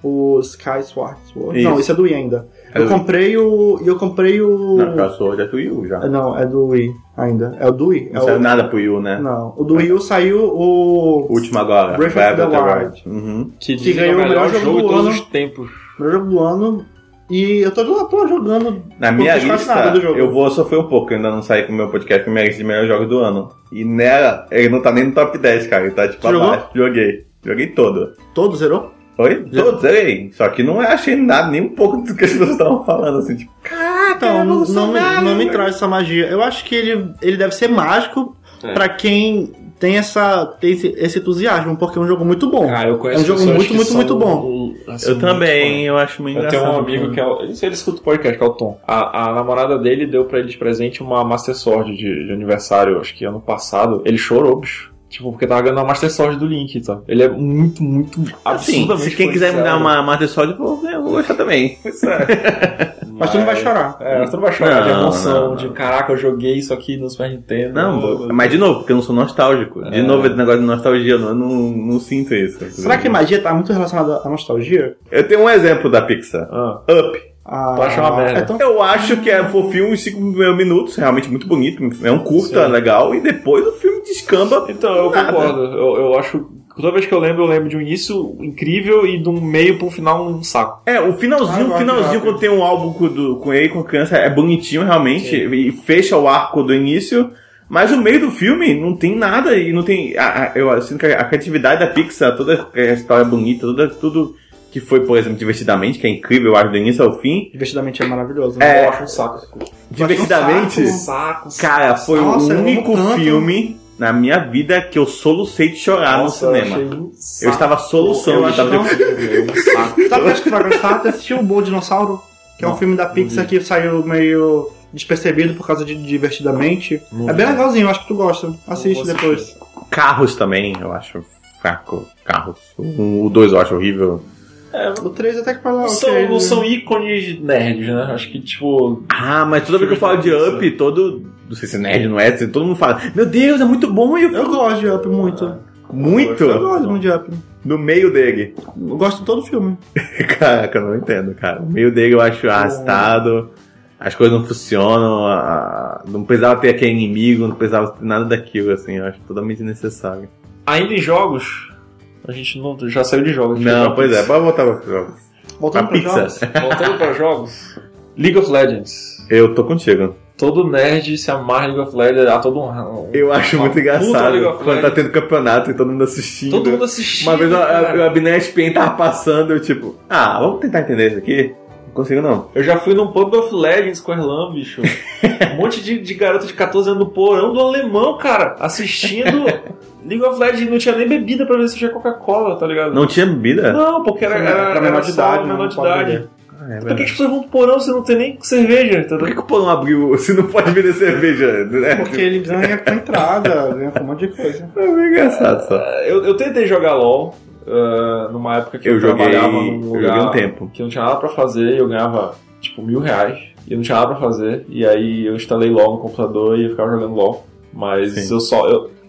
o Sky Sword. Sword. Isso. Não, esse é do Wii ainda. É Eu do- comprei o. E eu comprei o. Não, pra Sword é do Wii U já. Não, é do Wii ainda. É o do Wii. Não é saiu o... nada pro Wii U, né? Não, o do Wii U saiu o. O último agora. Breath of the Wild. Uhum. Que, Que ganhou o melhor jogo de do todos ano. os tempos. Primeiro jogo do ano. E eu tô, tô jogando. Na não minha fiz quase nada lista, do jogo. eu vou sofrer um pouco, eu ainda não saí com o meu podcast com a minha lista de melhores jogos do ano. E nela, ele não tá nem no top dez, cara. Ele tá tipo Você jogou? abaixo. Joguei. Joguei todo. Todo zerou? Oi? Todos, zerei. Só que não achei nada, nem um pouco do que as pessoas estavam falando, assim, tipo, Então, não, não me, não me traz essa magia. Eu acho que ele, ele deve ser mágico É. pra quem tem, essa, tem esse, esse entusiasmo, porque é um jogo muito bom. Ah, eu conheço É um jogo pessoas muito, que muito, são, muito bom. assim, eu muito também, fã. eu acho muito Eu engraçado. tenho um amigo que é o. Ele escuta o podcast, que é o Tom. A, a namorada dele deu pra ele de presente uma Master Sword de, de aniversário, acho que ano passado. Ele chorou, bicho. Tipo, porque tava ganhando uma Master Sword do Link, tá? Ele é muito, muito Assim, absurdamente se quem quiser me dar influenciado. uma Master Sword, eu vou, eu vou gostar também. Pois é. Mas tu não vai chorar. É, tu não vai chorar de Não, emoção, não, de não. caraca, eu joguei isso aqui no Super Nintendo. Não, mas de novo, porque eu não sou nostálgico. De É. novo, esse negócio de nostalgia, eu não, não, não sinto isso. Será que magia tá muito relacionada à nostalgia? Eu tenho um exemplo da Pixar. Ah, Up. Ah, Tu acha uma merda? É tão... Eu acho que é fofinho uns cinco minutos, realmente muito bonito. É um curta, Sim. legal, e depois o filme descamba. então, eu nada. concordo. Eu, eu acho. Toda vez que eu lembro, eu lembro de um início incrível e de um meio pra um final um saco. É, o Ah, finalzinho, eu o gosto finalzinho de quando tem um álbum com, do, com ele com criança é bonitinho realmente Sim. e fecha o arco do início, mas o meio do filme não tem nada e não tem. A, a, eu sinto que a, a criatividade da Pixar, toda a história bonita, toda, tudo que foi, por exemplo, Divertidamente, que é incrível, eu acho, do início ao fim. Divertidamente é maravilhoso. É. Eu acho um saco. Divertidamente, um saco. cara, foi Nossa, o eu amo único tanto. filme na minha vida que eu solucei de chorar Nossa, no eu cinema. achei um Eu, saco. estava soluçando, Eu acho tava que não. Um saco. Sabe o que eu acho que tu vai gostar? Tu assistiu o Bom Dinossauro? Que é um Não, filme da não Pixar vi. que saiu meio despercebido por causa de Divertidamente. Não é bem vi. legalzinho, eu acho que tu gosta. Assiste vou depois. Carros também, eu acho fraco. Carros. O dois eu acho horrível. É, O três até que fala. não, são, não são ícones nerds, né? Acho que, tipo. Ah, mas toda vez que eu falo de Up, todo. Não sei se nerd não é, todo mundo fala: Meu Deus, é muito bom! E eu Eu fico gosto de Up muito. muito Eu gosto muito de Up. no meio dele. Eu gosto de todo filme. Caraca, eu não entendo, cara. No meio dele eu acho arrastado, as coisas não funcionam, a- a- não precisava ter aquele inimigo, não precisava ter nada daquilo, assim, eu acho totalmente necessário. Ainda em jogos, a gente não, já saiu de jogos. Não, pois é, pode voltar pra jogos. Voltando A para pizza. jogos. Voltando pra jogos, League of Legends. Eu tô contigo. Todo nerd se amarra em League of Legends a todo um. Eu acho uma muito puta engraçado League of quando tá Legends. tendo campeonato e todo mundo assistindo. Todo mundo assistindo. Uma vez eu, cara. eu, eu abri na E S P N tava passando, eu tipo, ah, vamos tentar entender isso aqui? Não consigo não. Eu já fui num Pub of Legends com a Erlan, bicho. Um monte de, de garota de catorze anos no porão do alemão, cara, assistindo League of Legends. Não tinha nem bebida pra ver se tinha Coca-Cola, tá ligado? Não tinha bebida? Não, porque era, era, Pra era menor de só idade, menor não de pode idade. beber. Ah, é Por que verdade. as pessoas vão pro porão se não tem nem cerveja? Tá Por que, que o Pão abriu se não pode vender cerveja? Né? Porque ele ganha com entrada, ganha com um monte de coisa. É bem engraçado só. Eu, eu tentei jogar LOL uh, numa época que eu, Eu joguei, trabalhava num eu lugar joguei um tempo. que eu não tinha nada pra fazer e eu ganhava tipo mil reais e eu não tinha nada pra fazer e aí eu instalei LOL no computador e eu ficava jogando LOL. Mas Sim. eu só... Eu,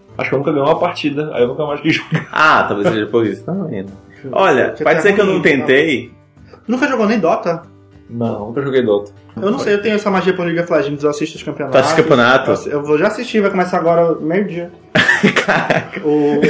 Acho que eu nunca ganhei uma partida, aí eu nunca mais quis jogar. Ah, talvez seja por isso também. Olha, Você pode tá ser que eu não ruim, tentei. Nunca jogou nem Dota? Não, nunca joguei Dota. Eu não sei, eu tenho essa magia por League of Legends, eu assisto os campeonatos. Tu assiste campeonato? Eu vou já assistir, vai começar agora meio-dia. o,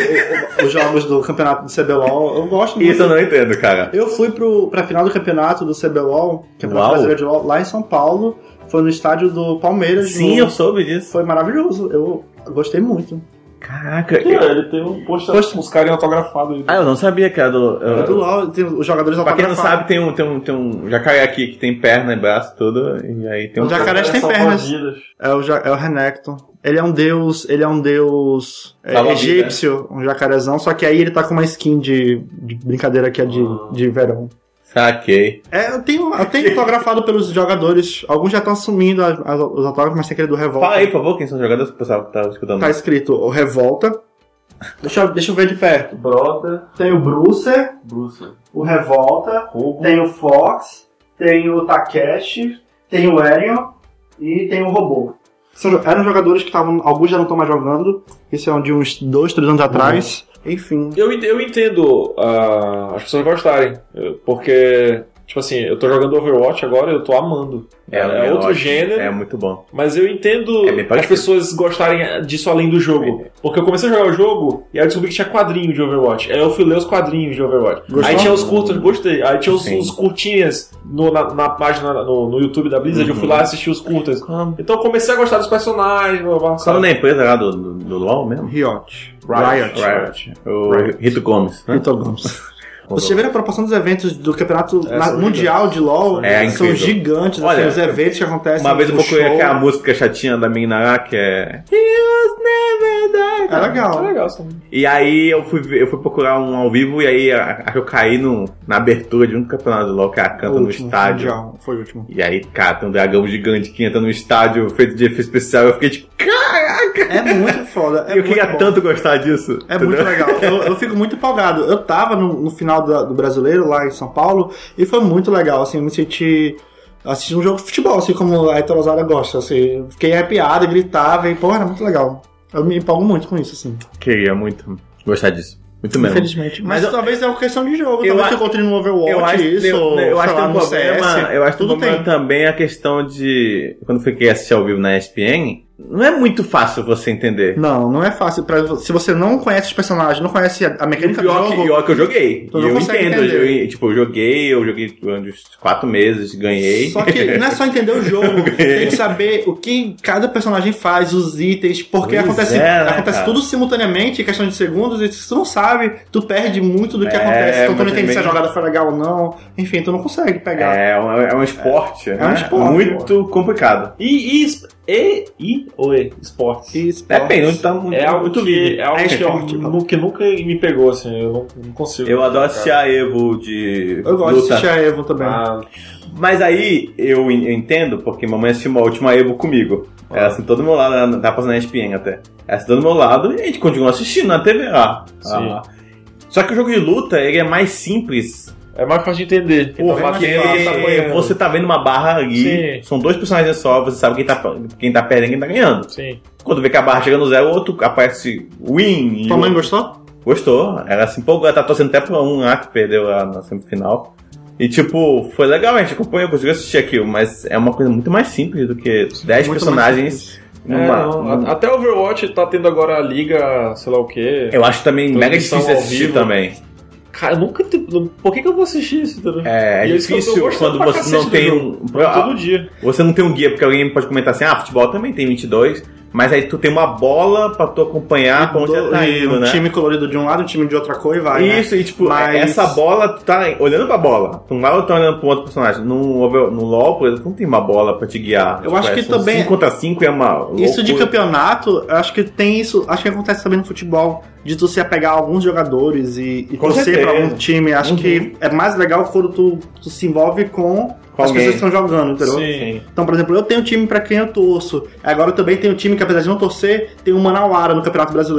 o, os jogos do campeonato do C B L O L, eu gosto muito. Isso eu não entendo, cara. Eu fui pro, pra final do campeonato do C B L O L, Campeonato Uau. Brasileiro de L O L, lá em São Paulo. Foi no estádio do Palmeiras. Sim, no... eu soube disso. Foi maravilhoso, eu gostei muito. Caraca. É, Eu... ele tem um post Post- com os caras autografados aí. Ah, eu não sabia que era do... É do L O L, tem os jogadores Pra quem não autografados. sabe, tem um, tem, um, tem um jacaré aqui que tem perna e braço tudo, e aí tem um... O jacaré tem São pernas. bandidas. É o, ja- é o Renekton. Ele é um deus, ele é um deus é, Salva-vida. egípcio, um jacarezão, só que aí ele tá com uma skin de, de brincadeira que é de, de verão. Saquei. É, eu tenho, eu tenho autografado pelos jogadores, alguns já estão assumindo as- as- os autógrafos, mas tem aquele do Revolta. Fala aí, por favor, quem são os jogadores, o pessoal que tá escutando. Tá escrito o Revolta. Deixa eu, deixa eu ver de perto. Brother, Tem o Brucer, Bruce, o Revolta, Hugo. tem o Fox, tem o Takeshi, tem o Arion e tem o Robô. São- Eram jogadores que estavam. Alguns já não estão mais jogando. Isso é de uns dois, três anos atrás. Enfim. Eu, ent- eu entendo ah, as pessoas gostarem, eu- porque, tipo assim, eu tô jogando Overwatch agora e eu tô amando. É, é outro ótimo. gênero, É muito bom. mas eu entendo É bem as parecido. pessoas gostarem disso além do jogo. Porque eu comecei a jogar o jogo e aí eu descobri que tinha quadrinho de Overwatch. Aí eu fui ler os quadrinhos de Overwatch. Gostou? Aí tinha os curtas, gostei. Aí tinha os, Sim. os curtinhas no- na, na página, no, no YouTube da Blizzard, Uhum. eu fui lá assistir os curtas. Como? Então eu comecei a gostar dos personagens. blá, blá, Qual sabe? é a empresa lá do, do, do LoL mesmo? Riot. Riot. Riot. O Riot. Rito Gomes. né? Vitor Gomes. Você já viu a proporção dos eventos do campeonato É, na- são mundial de LoL? É São incrível. gigantes, Olha, assim, os eventos que acontecem. Uma vez eu no procurei show. aquela música chatinha da menina lá, que é... Heroes never die. É legal. É legal, sim. E aí eu fui, ver- eu fui procurar um ao vivo e aí a- a- eu caí no, na abertura de um campeonato do LoL que ela canta O no último, estádio. mundial, foi o último. E aí, cara, tem um dragão gigante que entra no estádio feito de efeito especial. Eu fiquei tipo, caraca! É muito foda. É eu queria muito bom. tanto gostar disso. É entendeu? muito legal. Eu, eu fico muito empolgado. Eu tava no, no final da- do Brasileiro, lá em São Paulo, e foi muito legal, assim, eu me senti assistindo um jogo de futebol, assim como a Etorosada gosta, assim, fiquei arrepiado, gritava, e, pô, era muito legal. Eu me empolgo muito com isso, assim. Queria muito gostar disso. Muito mesmo. Infelizmente. Mas, Mas eu- talvez é uma questão de jogo, eu talvez a- tu encontre no Overwatch Eu acho, isso, eu, ou, eu acho sei que lá, tem um no problema, C S. eu acho que Tudo o problema tem. também é a questão de quando eu fiquei assistir ao vivo na E S P N, não é muito fácil você entender. Não, não é fácil. Pra, se você não conhece os personagens, não conhece a, a E mecânica do pior, que, jogo... pior que eu joguei. Tu E não eu consegue entendo. entender. Eu, tipo, eu joguei, eu joguei durante uns quatro meses, ganhei. Só que não é só entender o jogo, tem que saber o que cada personagem faz, os itens, porque Pois acontece, é, né, acontece cara? tudo simultaneamente, em questão de segundos, e se tu não sabe, tu perde muito do que É, acontece. Então tu não mas entende se a também- jogada foi legal ou não. Enfim, tu não consegue pegar. É, um, é um esporte, né? um esporte. Muito complicado. E, e, es- e, e ou e, esportes? E esportes. Depende, onde tá muito, É algo, muito que, livre. é algo É que, eu, esporte, nu- que nunca me pegou, assim, eu não, não consigo. Eu adoro assistir a Evo de Eu gosto luta. de assistir a Evo também. Ah, Mas aí eu, en- eu entendo, porque mamãe assistiu a última Evo comigo. Ela assim, todo do meu lado, ela tá passando na E S P N até. Ela assim, do meu lado e a gente continua assistindo na T V lá. Sim. Ah. Só que o jogo de luta, ele é mais simples. é mais fácil de entender. Então, Porque batendo, tá apanhando. você tá vendo uma barra ali, Sim. são dois personagens só, você sabe quem tá, quem tá perdendo e quem tá ganhando. Sim. Quando vê que a barra chega no zero, o outro aparece win. e Tua mãe o- gostou? Gostou. Ela se empolgou, ela tá torcendo até pra um lá que perdeu lá na semifinal. E tipo, foi legal, a gente acompanhou, conseguiu assistir aquilo, mas é uma coisa muito mais simples do que dez Muito personagens É, numa. não, numa- a- Até o Overwatch tá tendo agora a liga, sei lá o quê. Eu acho também mega Transmissão difícil ao assistir vivo. também. Cara, eu nunca. te- Por que, que eu vou assistir isso? Entendeu? É, é E isso que eu tô difícil gostando quando pra você cacete não do tem jogo. um. Todo dia. Você não tem um guia, porque alguém pode comentar assim, ah, futebol também tem vinte e dois, mas aí tu tem uma bola pra tu acompanhar pra onde você tá E indo, um né? time colorido de um lado, um time de outra cor e vai, né? Isso, e tipo, Mas- essa bola, tu tá olhando pra bola. Tu não tá olhando pro outro personagem. No, Over- no LoL, por exemplo, não tem uma bola pra te guiar. Eu acho que são também- cinco contra cinco é uma Isso de loucura. campeonato, eu acho que tem isso, acho que acontece também no futebol, de tu se apegar a alguns jogadores e, e Com torcer certeza. pra algum time. Acho Uhum. que é mais legal quando tu, tu se envolve com, Com as alguém. pessoas que estão jogando, entendeu? Sim. Então, por exemplo, eu tenho um time pra quem eu torço. Agora eu também tenho um time que, apesar de não torcer, tem um Manauara no Campeonato Brasileiro.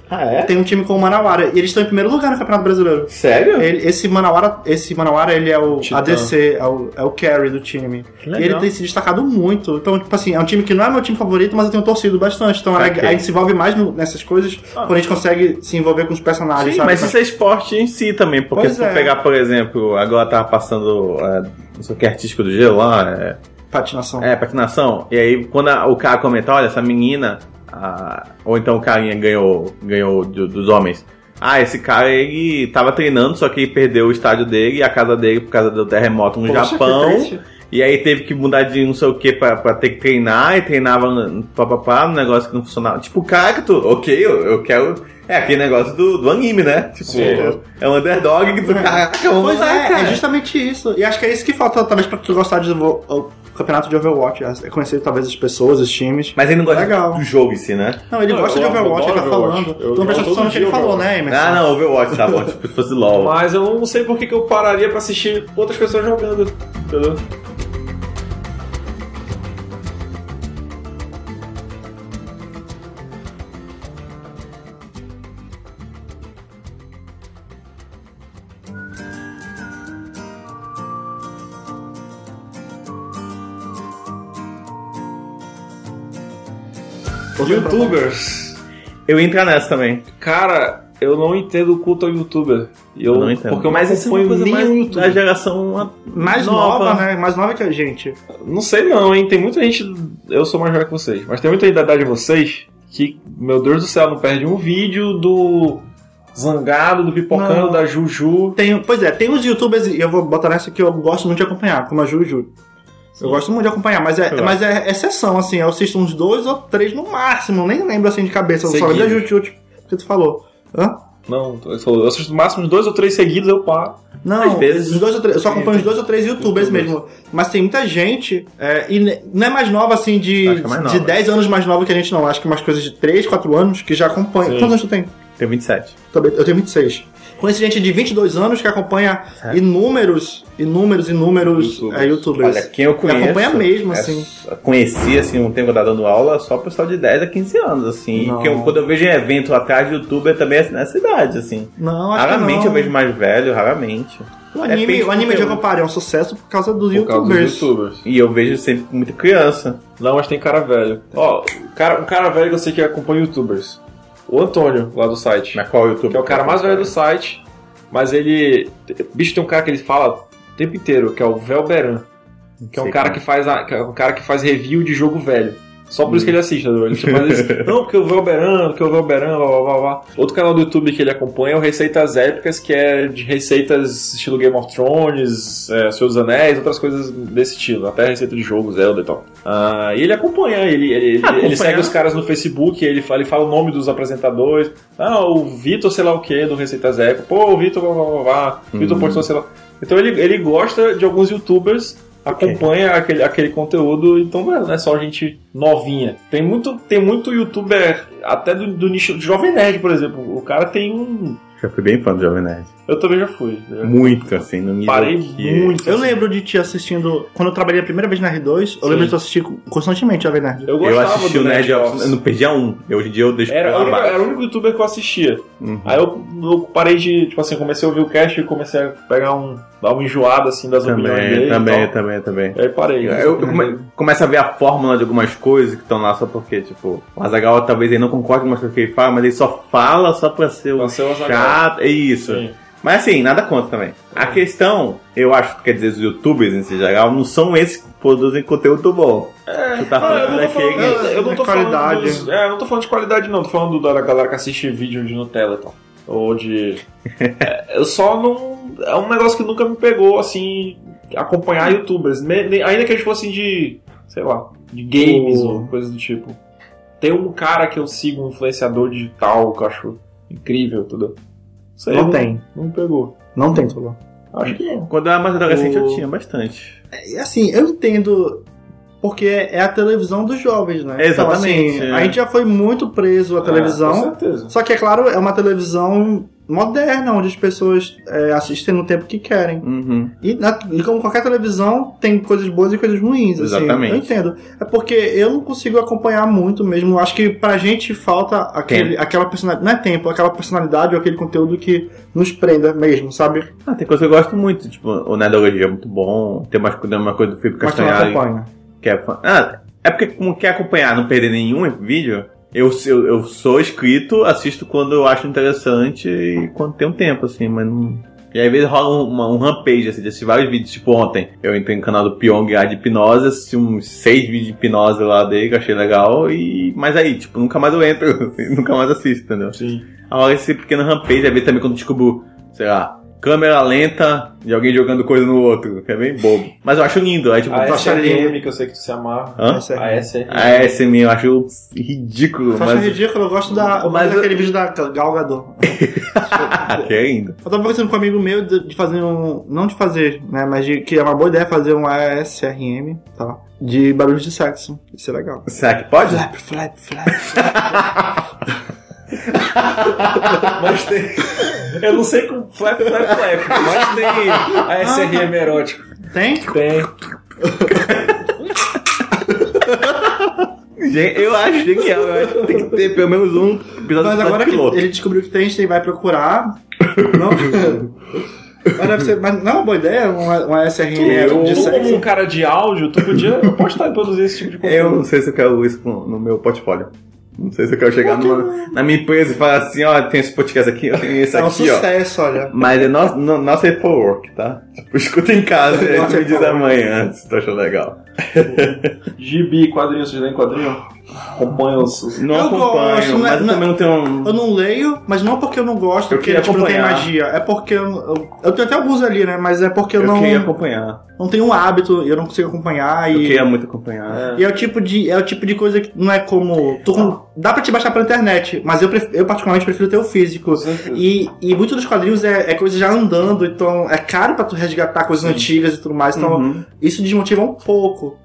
Ah, é? Tem um time com o Manauara. E eles estão em primeiro lugar no Campeonato Brasileiro. Sério? Ele, esse, Manauara, esse Manauara, ele é o Titã. A D C, é o, é o carry do time. Que E legal. ele tem se destacado muito. Então, tipo assim, é um time que não é meu time favorito, mas eu tenho torcido bastante. Então, Ok. a, a gente se envolve mais no- nessas coisas Ah. quando a gente consegue se envolver com os personagens, Sim, sabe? mas isso é esporte em si também, porque Pois se for é. pegar, por exemplo, agora tava passando é, não sei o que, artístico do gelo lá, é, Patinação. é patinação, e aí quando a- o cara comenta, olha, essa menina, a- ou então o carinha ganhou, ganhou do- dos homens, ah, esse cara, ele tava treinando, só que ele perdeu o estádio dele e a casa dele por causa do terremoto no Poxa, que Japão, triste. e aí teve que mudar de não sei o que pra, pra ter que treinar, e treinava papapá, um negócio que não funcionava. Tipo, cara, que tu, ok, eu, eu quero... É aquele negócio do, do anime, né? Tipo, Sim. é um underdog que tu, caraca, vamos Pois lá, é, cara. é justamente isso. E acho que é isso que falta, talvez, pra tu gostar de vo- o campeonato de Overwatch. É conhecer, talvez, as pessoas, os times. Mas ele não gosta Legal. do jogo em si, né? Não, ele Não, gosta eu de Overwatch, ele tá adoro Overwatch. falando. Eu Tu não prestou jogo atenção no todo que ele dia falou, Overwatch. né, Emerson? Ah, não, Overwatch tá bom, tipo, se fosse LoL. Mas eu não sei por que que eu pararia pra assistir outras pessoas jogando, entendeu? Youtubers. Eu ia entrar nessa também. Cara, eu não entendo o culto ao youtuber. Eu, Eu não entendo. Porque eu Mas não isso é uma acompanho coisa nenhum mais youtuber. da geração Mais nova, né? Mais nova que a gente. Não sei não, hein? Tem muita gente... Eu sou mais velho que vocês. Mas tem muita gente da idade de vocês que, meu Deus do céu, não perde um vídeo do Zangado, do Pipocando, Não. da Juju. Tem, pois é, tem uns youtubers, e eu vou botar nessa que eu gosto muito de acompanhar, como a Juju. Eu gosto muito de acompanhar, mas é, Legal. mas é exceção, assim. Eu assisto uns dois ou três no máximo, nem lembro assim de cabeça. Eu só Seguido. lembro da Juju tipo, que tu falou. Hã? Não, eu sou- eu assisto no máximo uns dois ou três seguidos, eu paro. Não, Às vezes- os dois ou três, eu só acompanho os dois ou três youtubers, YouTubers. mesmo. Mas tem muita gente, é, e ne- não é mais nova assim, de, Acho que é mais de nova. dez anos mais nova que a gente, não. Acho que umas coisas de três, quatro anos que já acompanham. Sim. Quantos anos tu tem? Tenho vinte e sete. Também- Eu tenho vinte e seis. Conheço gente de vinte e dois anos que acompanha Certo. inúmeros, inúmeros, inúmeros YouTubers. é, youtubers. Olha, quem eu conheço... acompanha mesmo, é assim. só- Conheci, assim, um tempo que eu tava dando aula, só o pessoal de dez a quinze anos, assim. Não. Porque eu- quando eu vejo em evento atrás de youtuber, também é nessa idade, assim. Não, acho Raramente que não. eu vejo mais velho, raramente. O anime, Depende o do anime de conteúdo. Aquapara é um sucesso por causa dos Por causa dos youtubers. youtubers. E eu vejo sempre muita criança. Não, mas tem cara velho. Ó, o cara, um cara velho que eu sei que acompanha youtubers. O Antônio, lá do site. Mas qual youtuber? Que é o cara mais velho do site. Mas ele... Bicho, tem um cara que ele fala o tempo inteiro, que é o Velberan. Que é um Sei cara como. que faz a, que é um cara que faz review de jogo velho. Só por isso que ele assiste, entendeu? Ele chama isso. Não, porque o Velberan, porque o Velberan, blá blá blá blá. Outro canal do YouTube que ele acompanha é o Receitas Épicas, que é de receitas estilo Game of Thrones, é, Senhor dos Anéis, outras coisas desse estilo. Até receita de jogos, Zelda e tal. Ah, e ele acompanha, ele, ele, ele, Acompanha. ele segue os caras no Facebook, ele fala, ele fala o nome dos apresentadores. Ah, o Vitor sei lá o que do Receitas Épicas. Pô, o Vitor blá blá blá blá. Vitor Hum. postou sei lá. Então ele, ele gosta de alguns youtubers, Ok. acompanha aquele, aquele conteúdo, então não é só gente novinha. Tem muito, tem muito youtuber, até do, do nicho do Jovem Nerd, por exemplo. O cara tem um... Já fui bem fã do Jovem Nerd. Eu também já fui. Muito, assim, no nível Parei que... muito. Eu assim. lembro de te assistindo. Quando eu trabalhei a primeira vez na R dois, eu Sim. lembro de tu assistir constantemente Jovem Nerd. Eu Eu gostava assisti do o Nerd Office. Office, eu não perdia um. Hoje em dia eu deixo Era, pra o único- baixo. era o único youtuber que eu assistia. Uhum. Aí eu, eu parei de, tipo assim, comecei a ouvir o cast e comecei a pegar um, dar uma enjoada assim das opiniões Também, dele. também, e tal. também, também. Aí parei. Eu, eu come- começo a ver a fórmula de algumas coisas que estão lá só porque, tipo, o Azaghal talvez ele não concorde com as coisas que ele fala, mas ele só fala só pra ser o Pra ser o Azaghal. chato. É isso. Sim. Mas assim, nada contra também. A questão, eu acho, quer dizer, os youtubers em si geral, não são esses que produzem conteúdo bom. É, Tu tá ah, falando eu não tô daquele- falando, eu não tô de qualidade. falando dos, é, eu não tô falando de qualidade não, tô falando da galera que assiste vídeo de Nutella e tal. Ou de... é, eu só não... É um negócio que nunca me pegou, assim, acompanhar youtubers. Me- nem- ainda que eles fossem de, sei lá, de games O- ou coisas do tipo. Tem um cara que eu sigo, um influenciador digital, que eu acho incrível, tudo. Sei, Não tem. Não me pegou. Não tem, Tolão. Acho que não. Quando eu era mais adolescente O- eu tinha bastante. É, assim, eu entendo. Porque é a televisão dos jovens, né? Exatamente, Então, assim, é. a gente já foi muito preso à televisão. Ah, com certeza. Só que, é claro, é uma televisão moderna, onde as pessoas é, assistem no tempo que querem. Uhum. E, na, e como qualquer televisão, tem coisas boas e coisas ruins. Exatamente. Assim, eu entendo. É porque eu não consigo acompanhar muito mesmo. Acho que pra gente falta aquele, aquela personalidade. Não é tempo, aquela personalidade ou aquele conteúdo que nos prenda mesmo, sabe? Ah, tem coisa que eu gosto muito. Tipo, o Nerdologia é muito bom. Tem uma, uma coisa do Felipe Castanhari. Mas tu não acompanha. Que é, ah, é porque, como quer acompanhar, não perder nenhum vídeo. Eu, eu, eu sou inscrito, assisto quando eu acho interessante e quando tem um tempo, assim, mas não... E aí, às vezes rola uma, um rampage, assim, de assistir vários vídeos. Tipo, ontem eu entrei no canal do Pyong de hipnose, assisti uns seis vídeos de hipnose lá dele, que eu achei legal, e... Mas aí, tipo, nunca mais eu entro, nunca mais assisto, entendeu? Sim. Agora esse pequeno rampage, aí também quando descubro, sei lá... Câmera lenta de alguém jogando coisa no outro, que é bem bobo. Mas eu acho lindo. É, tipo, a tu S acha R lindo. M, que eu sei que tu se amarra. Hã? A S R M. A S R M eu acho ridículo. Tu mas... acha ridículo? Eu gosto da, eu Mas gosto eu- daquele vídeo da Gal Gadot. que é lindo. Eu tava conversando com um amigo meu de, de fazer um... Não de fazer, né? Mas de que é uma boa ideia fazer um A S R M, tá? De barulhos de sexo. Isso é legal. Será que pode? Flap, flap, flap, flap. Mas tem... Eu não sei com flap, flap, flap, mas tem a S R M erótico. Tem? Tem. Gente, eu acho genial. Eu acho que tem que ter pelo menos um episódio Mas de agora que piloto. ele descobriu que tem, a gente vai procurar. Não... Mas, deve ser, mas não é uma boa ideia? Uma, uma S R M Eu, de tu, como sexo? um cara de áudio, tu podia postar e produzir esse tipo de conteúdo. Eu não sei se eu quero isso no no meu portfólio. Não sei se eu quero chegar numa, na minha empresa e falar assim, ó, tem esse podcast aqui, eu tenho esse É um aqui, ó. sucesso, olha. Mas é nosso, no, nosso safe for work, tá? Tipo, escuta em casa e aí Not tu me safe diz for work. amanhã se tu achou legal. Gibi, quadrinho, vocês leem quadrinho? Acompanha os... os- Não Eu acompanho, gosto, mas né? eu também não tenho um... Eu não leio, mas não porque eu não gosto, Eu porque queria tipo, não tem acompanhar. magia. É porque eu, eu, eu tenho até alguns ali, né? Mas é porque eu, Eu não, queria acompanhar. não tenho um hábito, eu não consigo acompanhar. Eu E, queria muito acompanhar. e é o tipo de é o tipo de coisa que não é como tu, dá pra te baixar pela internet, mas eu, pref- eu particularmente prefiro ter o físico. E, e muito dos quadrinhos é, é coisa já andando, então é caro pra tu resgatar coisas antigas e tudo mais. Então Uhum. isso desmotiva um pouco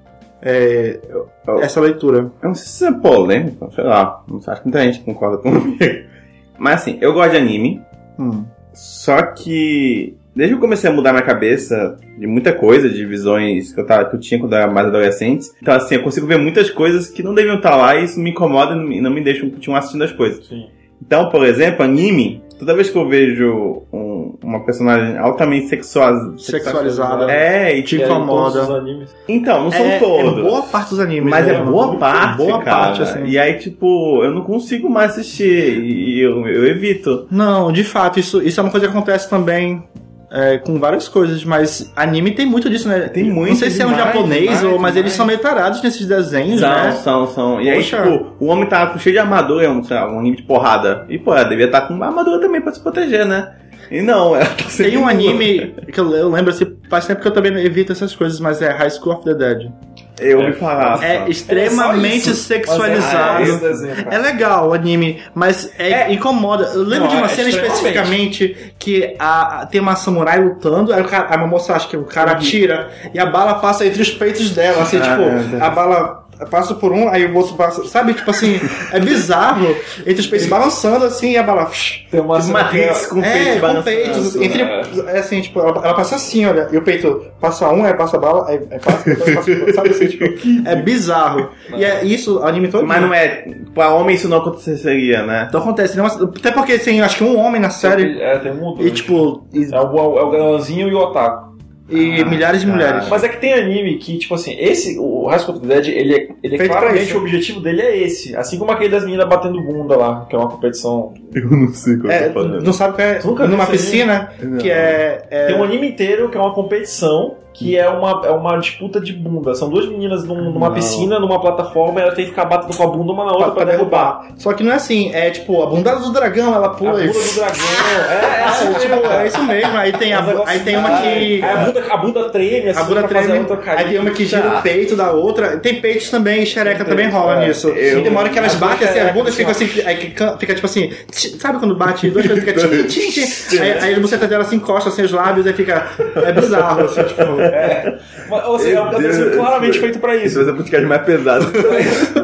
é, eu- essa leitura. Eu não sei se isso é polêmico, sei lá. Não sei, acho que muita gente concorda comigo. Mas assim, eu gosto de anime. Hum. Só que desde que eu comecei a mudar minha cabeça de muita coisa, de visões que eu, tava, que eu tinha quando eu era mais adolescente. Então assim, eu consigo ver muitas coisas que não deviam estar lá e isso me incomoda e não me, não me deixa continuar assistindo as coisas. Sim. Então, por exemplo, anime, toda vez que eu vejo um- uma personagem altamente sexual, Sexualizada. É, e Te tipo... E aí, todos incomoda. os animes. Então, não são É, todos. é boa parte dos animes. Mas né? é boa parte, boa cara. parte, assim. E aí, tipo, eu não consigo mais assistir. E eu, eu evito. Não, de fato, isso, isso é uma coisa que acontece também é, com várias coisas, mas anime tem muito disso, né? Tem muito, Não sei se é um demais, japonês, demais, ou, mas demais. eles são meio tarados nesses desenhos, São, né? são, são. E aí, Poxa. tipo, o homem tá com cheio de armadura, é um, sei lá, um anime de porrada. E, pô, ela devia estar com uma armadura também pra se proteger, né? E não, ela tá sempre... Tem um anime que eu, eu lembro, assim, faz tempo que eu também evito essas coisas, mas é High School of the Dead. Eu ouvi falar. É só. extremamente É só isso. sexualizado. Mas é- é esse desenho, cara. É legal o anime, mas é, É. incomoda. Eu lembro Não, de uma é cena extremamente. especificamente que a, a- tem uma samurai lutando, aí o cara, a moça acha que o cara atira e a bala passa entre os peitos dela, assim, Ah, tipo, meu Deus. a bala passa por um, aí o outro passa, sabe? Tipo assim, é bizarro. Entre os peitos balançando assim e a bala. Tem uma Tipo, cena que Matrix é- com É, peitos com balançando. peitos. Entre, é assim, tipo, ela, ela passa assim, olha, e o peito passa um, aí passa a bala, aí, aí passa, depois passa outro, sabe assim, tipo, é bizarro. E é isso, o anime todo. Mas não é... Pra homem isso não aconteceria, né? Então acontece, né? Mas- até porque tem, acho que um homem na série É, tem um ou dois. e, tipo, e, É o, é o galãzinho e o otaku. e milhares de cara. mulheres. Mas é que tem anime que, tipo assim, esse, o High School of the Dead, ele é, ele é Feito pra claramente, isso. o objetivo dele é esse. Assim como aquele das meninas batendo bunda lá, que é uma competição. Eu não sei o que É, eu tô falando. não sabe o que é? Tu nunca viu Numa esse piscina, Não. que é. é- Tem um anime inteiro que é uma competição, que é uma, é uma disputa de bunda. São duas meninas num- numa Não. piscina, numa plataforma, e elas têm que ficar batendo com a bunda uma na outra pra, pra, pra derrubar. derrubar. Só que não é assim, é tipo, a bunda do dragão, ela A pula bunda e. do dragão. É, é assim É, tipo, mesmo, é isso mesmo. Aí tem, a, Uns negócios- aí tem uma que. Aí a bunda, a bunda treme, assim, A bunda pra fazer treme, a outra cair. aí tem uma que gira Tá. o peito da outra. Tem peitos também, e xereca Tem também peito, rola é. nisso. Eu- E tem uma hora que elas as batem duas assim, as xerecas, bundas ficam assim, aí que can- fica tipo assim, tch, sabe quando bate duas coisas, fica tchim, tchim, tchim. Aí, aí a buceta dela se encosta assim, os lábios, aí fica. É bizarro, assim, tipo. Mas, ou seja, é um Meu desenho Deus. claramente feito pra Isso isso. vai ser o podcast mais pesado.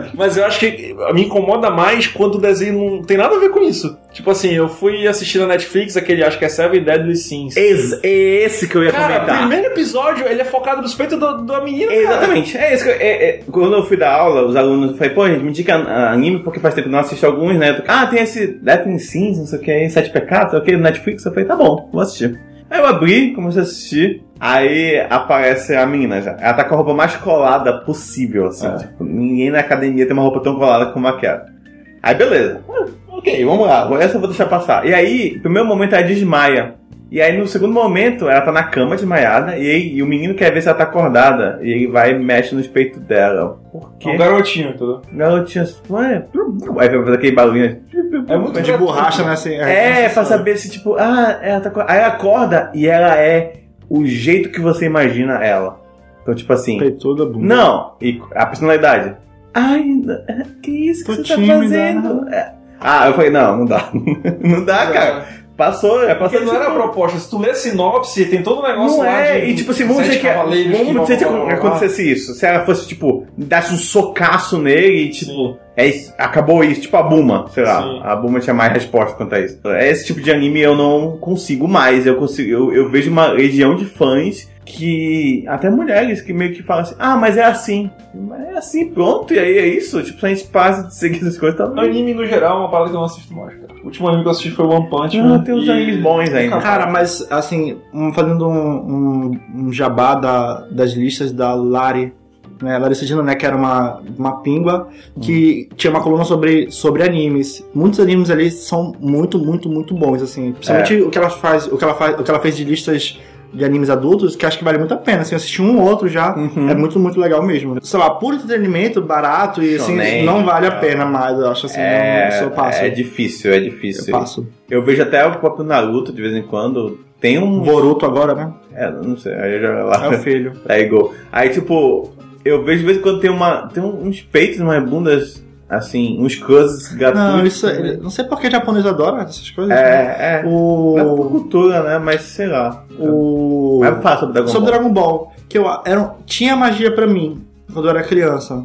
Mas eu acho que me incomoda mais quando o desenho não tem nada a ver com isso. Tipo assim, eu fui assistir na Netflix aquele, acho que é Seven Deadly Sins. Ex- é esse que eu ia cara, comentar. O primeiro episódio, ele é focado nos peitos do, da menina, cara. Exatamente. É isso que eu, é, é, quando eu fui dar aula, os alunos falaram, pô, gente, me indica anime porque faz tempo que eu não assisto alguns, né? Ah, tem esse Deadly Sins, não sei o que, Sete Pecados, ok, no Netflix. Eu falei, tá bom, vou assistir. Aí eu abri, comecei a assistir, aí aparece a menina já. Ela tá com a roupa mais colada possível, assim. É. Tipo, ninguém na academia tem uma roupa tão colada como aquela. Aí beleza. Ok, vamos lá, essa eu vou deixar passar. E aí, no primeiro momento ela desmaia. E aí no segundo momento ela tá na cama desmaiada e, aí, e o menino quer ver se ela tá acordada. E ele vai e mexe nos peitos dela. Por quê? É um garotinho, entendeu? Garotinho, ué. Aí vai fazer aquele barulho. É muito de borracha, né? Assim, é, é pra saber se tipo, ah, ela tá. Aí ela acorda e ela é o jeito que você imagina ela. Então, tipo assim. Peituda, bunda. Não, e a personalidade. Ai, que isso que Tô você tímida. tá fazendo? É. Ah, eu falei, não, não dá. Não dá, cara. Passou, é Porque não era a proposta. Se tu lê sinopse, tem todo o negócio não lá é, de... e tipo assim, vamos dizer que vamos dizer que acontecesse isso. Se ela fosse, tipo, desse um socaço nele e, tipo, é isso, acabou isso. Tipo a Buma, sei lá. Sim. A Buma tinha mais resposta quanto a isso. Esse tipo de anime eu não consigo mais. Eu, consigo, eu, eu vejo uma legião de fãs que... Até mulheres que meio que falam assim, ah, mas é assim. Mas é assim, pronto, e aí é isso. Tipo, se a gente passa de seguir essas coisas, tá bem. Anime, no geral, é uma parada que eu não assisto mais, cara. O último anime que eu assisti foi One Punch Man. Ah, tem uns e... animes bons ainda. Cara, mas, assim, um, fazendo um, um, um jabá da, das listas da Lari, né, Larissa Dino, né, que era uma, uma pingua que hum. tinha uma coluna sobre, sobre animes. Muitos animes ali são muito, muito, muito bons, assim. Principalmente é. o que ela faz, o que ela faz, o que ela fez de listas de animes adultos, que acho que vale muito a pena. Assim, eu assisti um ou outro já, uhum. é muito, muito legal mesmo. Sei lá, por entretenimento, barato e assim, Shonen, não vale a pena mais, eu acho assim, é, não, eu passo. É difícil, é difícil. Eu passo. Eu vejo até o próprio Naruto, de vez em quando, tem um... Boruto agora, né? É, não sei, aí já... Lá, é o filho. Aí, go. Aí, tipo, eu vejo de vez em quando tem, uma, tem uns peitos, umas bundas... Assim, uns closes gratuitos. Não, isso é, não sei porque japonês adora essas coisas. É, né? é. O... Não é por cultura, né? Mas sei lá. O... Mas fala sobre Dragon sobre Ball. Dragon Ball. Que eu era, tinha magia pra mim quando eu era criança.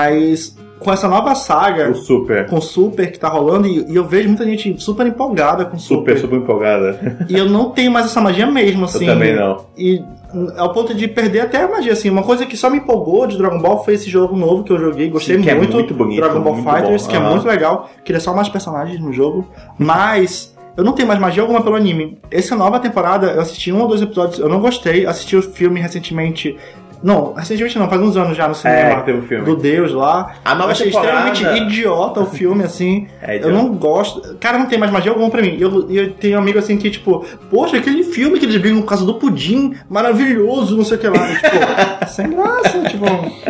Mas com essa nova saga. O Super. Com o Super que tá rolando. E, e eu vejo muita gente super empolgada com o Super. Super, super empolgada. E eu não tenho mais essa magia mesmo, assim. Eu também não. E ao ponto de perder até a magia, assim. Uma coisa que só me empolgou de Dragon Ball foi esse jogo novo que eu joguei. Gostei Sim, muito. É muito bonito, Dragon Ball muito Fighters, bom. que Uhum. é muito legal. Queria só mais personagens no jogo. Mas eu não tenho mais magia alguma pelo anime. Essa nova temporada, eu assisti um ou dois episódios, eu não gostei. Assisti o filme recentemente. Não, recentemente não, faz uns anos já no cinema. É, que teve o filme. Do Deus lá. A nova Achei temporada... extremamente idiota o filme, assim. É, eu não gosto. Cara, não tem mais magia alguma pra mim. E eu, eu tenho um amigo assim que, tipo, poxa, aquele filme que eles brigam por causa do pudim, maravilhoso, não sei o que lá. E, tipo, sem graça, tipo.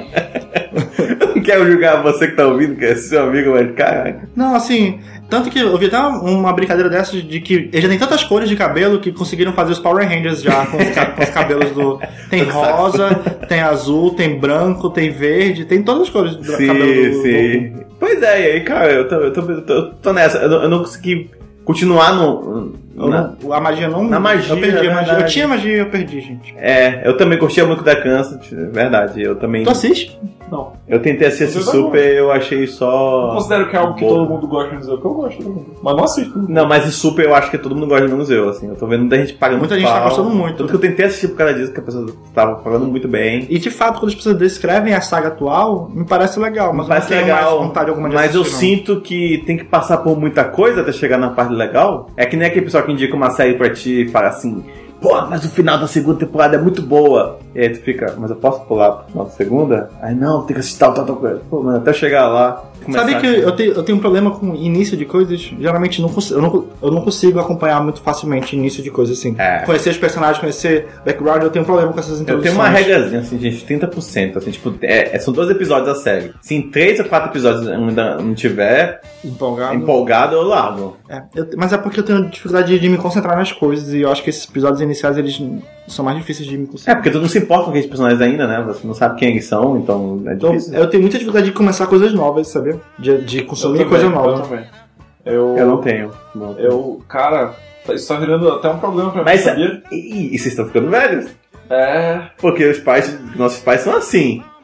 Eu não quero julgar você que tá ouvindo, que é seu amigo, mas caraca. Não, assim. Tanto que eu vi até uma brincadeira dessa de que eles já tem tantas cores de cabelo que conseguiram fazer os Power Rangers já com os, com os cabelos do... Tem rosa, tem azul, tem branco, tem verde, tem todas as cores do sim, cabelo do... Sim, do... Pois é, e aí, cara, eu tô, eu tô, eu tô, eu tô nessa. Eu não, eu não consegui continuar no... Na, não, a magia não... Na magia, eu perdi a magia. Verdade. Eu tinha magia e eu perdi, gente. É, eu também curtia muito da Kansas, verdade, eu também... Tu assiste? Não. Eu tentei assistir esse Super e eu achei só... Eu considero que é algo que todo mundo gosta de dizer, o que eu gosto, mas não assisto. Não, mas esse Super eu acho que todo mundo gosta menos eu, assim. Eu tô vendo muita gente pagando muita muito gente pau. tá gostando muito. Tanto que eu tentei assistir por causa disso, que a pessoa tava falando muito bem. E de fato, quando as pessoas descrevem a saga atual, me parece legal, mas me parece eu não tenho legal, mais vontade alguma de mas assistir, eu não. sinto que tem que passar por muita coisa até chegar na parte legal. É que nem aquele pessoal que indica uma série pra ti e fala assim... Pô, mas o final da segunda temporada é muito boa. E aí tu fica, mas eu posso pular pro final da segunda? Aí não, tem que assistir tal, tal, tal coisa. Pô, mano, até chegar lá... Sabe que eu tenho, eu tenho um problema com início de coisas? Geralmente não consigo, eu, não, eu não consigo acompanhar muito facilmente início de coisas assim. É. Conhecer os personagens, conhecer background, eu tenho um problema com essas introduções. Eu tenho uma regrazinha assim, gente, trinta por cento. Assim, tipo, é, são dois episódios da série. Se em três ou quatro episódios ainda não tiver empolgado, empolgado eu largo. É, eu, mas é porque eu tenho dificuldade de, de me concentrar nas coisas e eu acho que esses episódios iniciais eles são mais difíceis de me concentrar. É, porque tu não se importa com aqueles personagens ainda, né? Você não sabe quem eles são, então é difícil. Então, eu tenho muita dificuldade de começar coisas novas, sabe? De, de consumir também, coisa nova. Eu também. Eu, eu não tenho. Não tenho. Eu, cara, isso tá virando até um problema pra mim, mas, sabia? E, e vocês estão ficando velhos? É. Porque os pais, nossos pais são assim.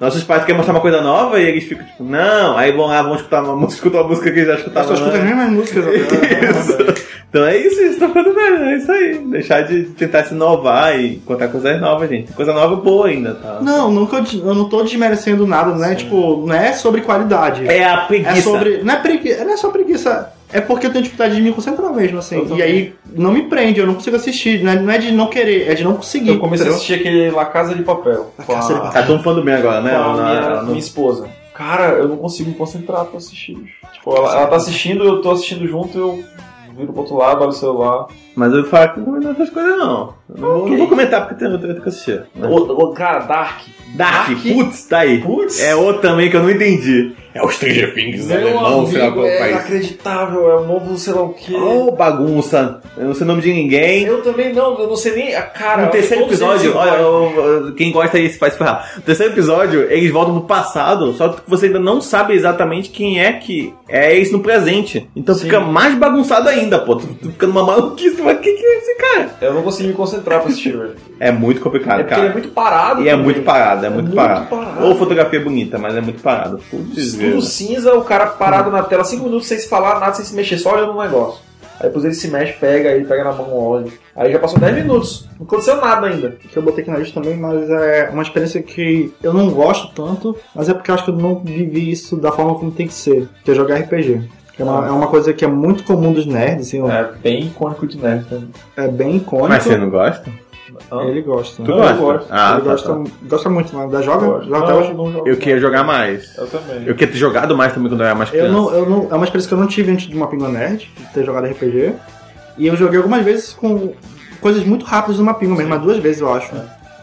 Nossos pais querem mostrar uma coisa nova e eles ficam tipo, não, aí vão lá, vão escutar uma música, escutar uma música que eles já escutavam. Eu só escuto as mesmas músicas. Isso. Então é isso, isso tá ficando velho, é isso aí. Deixar de tentar se inovar e contar coisas novas, gente. Coisa nova boa ainda, tá? Não, nunca, eu não tô desmerecendo nada, né? Tipo, não é sobre qualidade. É a preguiça. É sobre. Não é, pregui... não é só preguiça. É porque eu tenho dificuldade de me concentrar mesmo, assim. E aí não me prende, eu não consigo assistir. Não é, não é de não querer, é de não conseguir. Eu comecei entendeu? a assistir aquele La Casa de Papel. La Casa de Papel. Tá todo mundo falando bem agora, né? Com a Na- minha, na- minha esposa. Cara, eu não consigo me concentrar pra assistir. Tipo, ela, ela tá assistindo, eu tô assistindo junto, eu viro pro outro lado, olho o celular. Mas eu falo que não vou comentar essas coisas, não. Eu não, vou, não vou comentar porque tem outra que assistir. Né? O, o, cara, Dark. Dark, putz, tá aí. Putz. É outro também que eu não entendi. É o Stranger Things Meu alemão, sei lá qual é país. inacreditável, é o novo sei lá o quê. Ô, bagunça. Eu não sei o nome de ninguém. Eu também não, eu não sei nem a cara. No terceiro todos episódio, eles olha, iguais. eu- eu- quem gosta aí se faz ferrar. No terceiro episódio, eles voltam no passado, só que você ainda não sabe exatamente quem é que é eles no presente. Então Sim. fica mais bagunçado ainda, pô. Tu, tu fica numa maluquice, mas o que, que é esse cara? Eu não consigo me concentrar pra assistir, velho. É muito complicado, É porque cara. ele é muito parado. E é também. muito parado, é muito, muito parado. parado. Ou fotografia bonita, mas é muito parado. Putz, Tudo grila. cinza, o cara parado na tela cinco minutos sem se falar nada, sem se mexer, só olhando o negócio. Aí depois ele se mexe, pega, aí pega na mão, olha. Aí já passou dez minutos, não aconteceu nada ainda. Que eu botei aqui na lista também, mas é uma experiência que eu não gosto tanto, mas é porque eu acho que eu não vivi isso da forma como tem que ser, que é jogar R P G. Que é, uma, é uma coisa que é muito comum dos nerds, assim, É bem icônico de nerd também. é bem icônico. Mas você não gosta? Ele gosta. Tu Não, gosta? eu gosto. Ah, ele tá, gosta, tá. gosta muito, mas da joga, Gosto. joga até Não, hoje. não jogo Eu queria mais. jogar mais. Eu também. Eu queria ter jogado mais também quando eu era mais criança. Eu não, eu não, é uma experiência que eu não tive antes de uma Pinga Nerd, de ter jogado R P G. E eu joguei algumas vezes com coisas muito rápidas numa Pinga mesmo, mas duas vezes eu acho.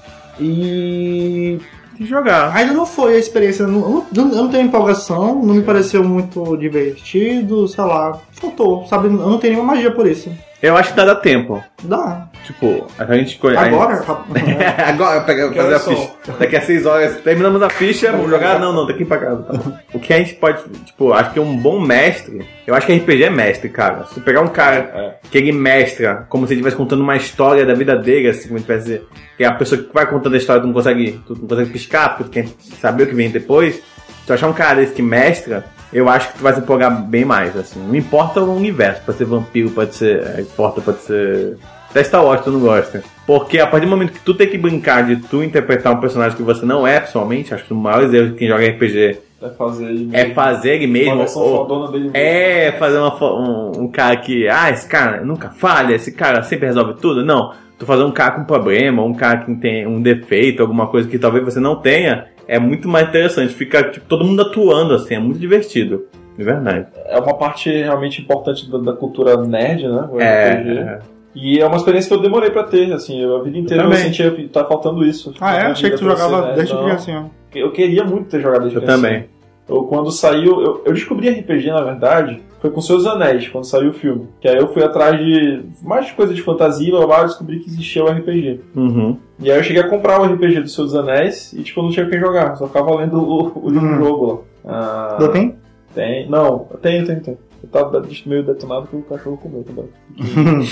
E Tem que jogar. ainda não foi a experiência, eu não, eu não tenho empolgação, não me pareceu muito divertido, sei lá, faltou, sabe? Eu não tenho nenhuma magia por isso. Eu acho que dá, dá tempo. Dá. Tipo, a gente... conhe- Agora? Agora, pegar, Que fazer a horas são? ficha. Daqui a seis horas, terminamos a ficha, vamos jogar? Não, não, daqui pra casa. Tá bom. O que a gente pode, tipo, acho que um bom mestre, eu acho que R P G é mestre, cara. Se tu pegar um cara É. que ele mestra, como se ele estivesse contando uma história da vida dele, assim, como a gente vai dizer, que é a pessoa que vai contando a história, tu não consegue, tu não consegue piscar, porque tu quer saber o que vem depois. Se tu achar um cara desse que mestra, eu acho que tu vai se empolgar bem mais, assim. Não importa o universo, pode ser vampiro, pode ser... é, Importa, pode ser... Até Star Wars tu não gosta. Porque a partir do momento que tu tem que brincar de tu interpretar um personagem que você não é pessoalmente, acho que o maior erro de quem joga R P G É fazer ele é fazer ele mesmo. Uma versão ou- fodona dele. é fazer uma fo- um, um cara que... Ah, esse cara nunca falha, esse cara sempre resolve tudo. Não, tu fazer um cara com problema, um cara que tem um defeito, alguma coisa que talvez você não tenha, é muito mais interessante. Fica tipo, todo mundo atuando assim, é muito divertido. De verdade. É uma parte realmente importante da, da cultura nerd, né? O R P G. É, E é uma experiência que eu demorei pra ter, assim, eu, a vida inteira eu, também. sentia que tá faltando isso. Ah, é? Na Achei que vida tu pra jogava ser nerd, desde não. criancinha. Eu queria muito ter jogado desde eu criança. também. Eu, quando saiu, eu, eu descobri R P G, na verdade, foi com Seus Anéis, quando saiu o filme. Que aí eu fui atrás de mais coisas de fantasia, blá, blá, blá, eu descobri que existia o R P G. Uhum. E aí eu cheguei a comprar o R P G dos Seus Anéis e, tipo, eu não tinha quem jogar, só ficava lendo o, o Hum. jogo lá. Ah, Tu tem? Tem. Não, tem, tem, tem. Eu tava meio detonado porque o cachorro comeu também.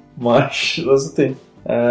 Mas, mas eu tenho.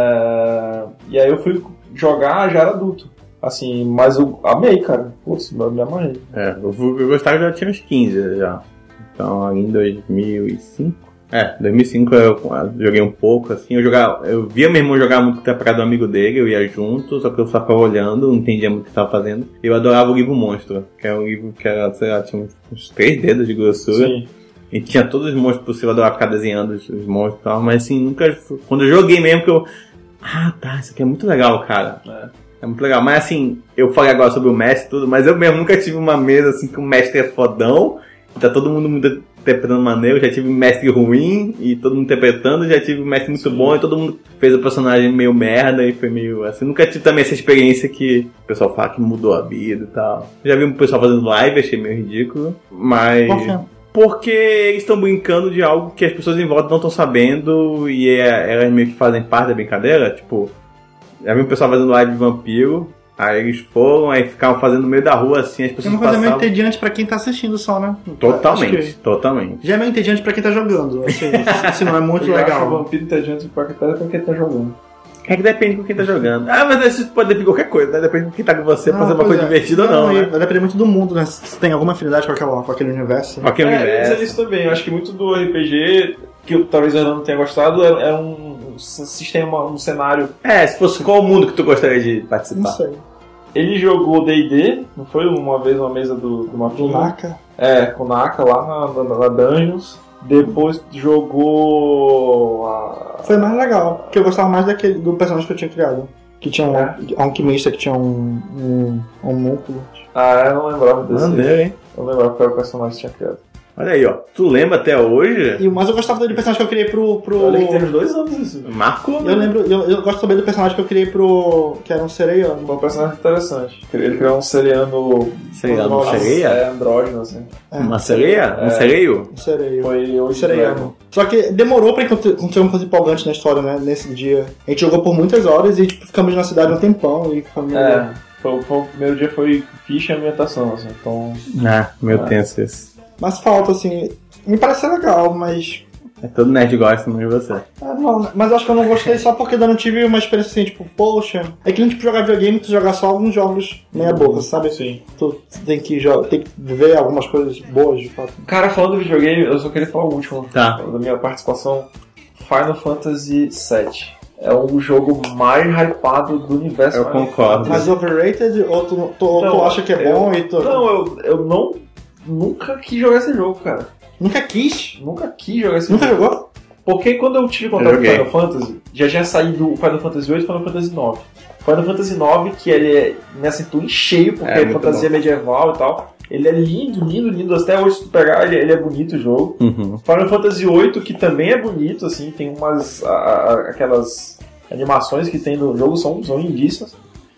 É... E aí eu fui jogar, já era adulto. Assim, mas eu amei, cara. Putz, me amarrei. É, eu, fui- eu gostava já tinha uns quinze já. Então, ali em dois mil e cinco. É, dois mil e cinco eu joguei um pouco, assim. Eu jogava, eu via meu irmão jogar muito tempo pra do amigo dele, eu ia junto, só que eu só ficava olhando, não entendia muito o que estava fazendo. Eu adorava o livro Monstro, que é um livro que era, sei lá, tinha uns, uns três dedos de grossura. Sim. E tinha todos os monstros possíveis, eu adorava ficar desenhando os, os monstros e tal, mas assim, nunca. Quando eu joguei mesmo que eu. Ah, tá, isso aqui é muito legal, cara. É. É muito legal. Mas assim, eu falei agora sobre o mestre e tudo, mas eu mesmo nunca tive uma mesa assim que o mestre é fodão. Tá todo mundo muito interpretando maneiro. Já tive mestre ruim e todo mundo interpretando. Já tive mestre muito Sim. bom e todo mundo fez o personagem meio merda e foi meio assim. Nunca tive também essa experiência que o pessoal fala que mudou a vida e tal. Já vi o pessoal fazendo live, achei meio ridículo. Mas. Por quê? Porque eles estão brincando de algo que as pessoas em volta não estão sabendo e é, elas meio que fazem parte da brincadeira. Tipo, já vi o pessoal fazendo live de vampiro, aí eles foram, aí ficavam fazendo no meio da rua assim, as É pessoas uma coisa meio passavam... entediante pra quem tá assistindo só, né? Totalmente, Acho que totalmente. já é meio entediante pra quem tá jogando. Assim, se não é muito Eu acho o legal. vampiro inteligente pra quem tá, pra quem tá jogando. É que depende com quem tá jogando. Ah, mas isso pode definir qualquer coisa, né? Depende com quem tá com você, Não, fazer uma coisa é. divertida não, ou não, né? Vai depender muito do mundo, né? Se tem alguma afinidade com, aquela, com aquele universo. Com aquele É, eu ia universo. dizer isso também. Eu acho que muito do R P G, que eu, talvez eu não tenha gostado, é, é um, um sistema, um cenário. É, se fosse qual mundo que tu gostaria de Não participar? sei. Ele jogou D e D, não foi uma vez uma mesa do, do Do Mapinha? Naka. É, com o Naka lá na, na, na Dungeons. Depois jogou a... Foi mais legal, porque eu gostava mais daquele, do personagem que eu tinha criado. Que tinha um É. alquimista, que tinha um, um, um múnculo. Ah, eu não lembrava desse. Maneiro, hein? Eu não lembrava qual era o personagem que tinha criado. Olha aí, ó. Tu lembra até hoje? E, mas eu gostava do personagem que eu criei pro... pro... Olha que tem uns dois anos isso. Marco? Eu lembro, eu, eu gosto também do personagem que eu criei pro... que era um sereiano. Foi um personagem interessante. Ele criou um seriano... Seriano, Nossa, sereia? É, andrógeno, assim. Uma sereia? Um É. sereio? Um sereio. Foi Um hoje. sereiano. Só que demorou pra acontecer acontecer uma coisa empolgante na história, né? Nesse dia. A gente jogou por muitas horas e tipo, ficamos na cidade um tempão e ficamos... É, foi, foi, o primeiro dia foi ficha e ambientação, assim. Então... Ah, meu Ah. tenso esse. Mas falta, assim... Me parece legal, mas... É todo nerd gosta, não é você. Ah, não, mas eu acho que eu não gostei só porque ainda não tive uma experiência assim, tipo, poxa... É que nem tipo jogar videogame, tu jogar só alguns jogos meia boca, sabe? Sim. Tu tem que, jo- tem que ver algumas coisas boas, de fato. Cara, falando do videogame, eu só queria falar o último. Tá. Da minha participação. Final Fantasy sete. É o jogo mais hypado do universo. Eu Final concordo. Mas Fantasy. overrated ou tu, tu, ou tu Não, acha que é eu- bom e tu... Não, eu, eu não... Nunca quis jogar esse jogo, cara. Nunca quis? Nunca quis jogar esse Nunca jogo. jogou? Porque quando eu tive Eu contato com joguei. Final Fantasy, já tinha saído o Final Fantasy oito e Final Fantasy nove. Final Fantasy nove, que ele é, me acertou em cheio, porque É, é, muito fantasia bom. medieval e tal. Ele é lindo, lindo, lindo. Até hoje, se tu pegar, ele, ele é bonito o jogo. Uhum. Final Fantasy oito, que também é bonito, assim, tem umas... a- a- aquelas animações que tem no jogo, são, são lindíssimas.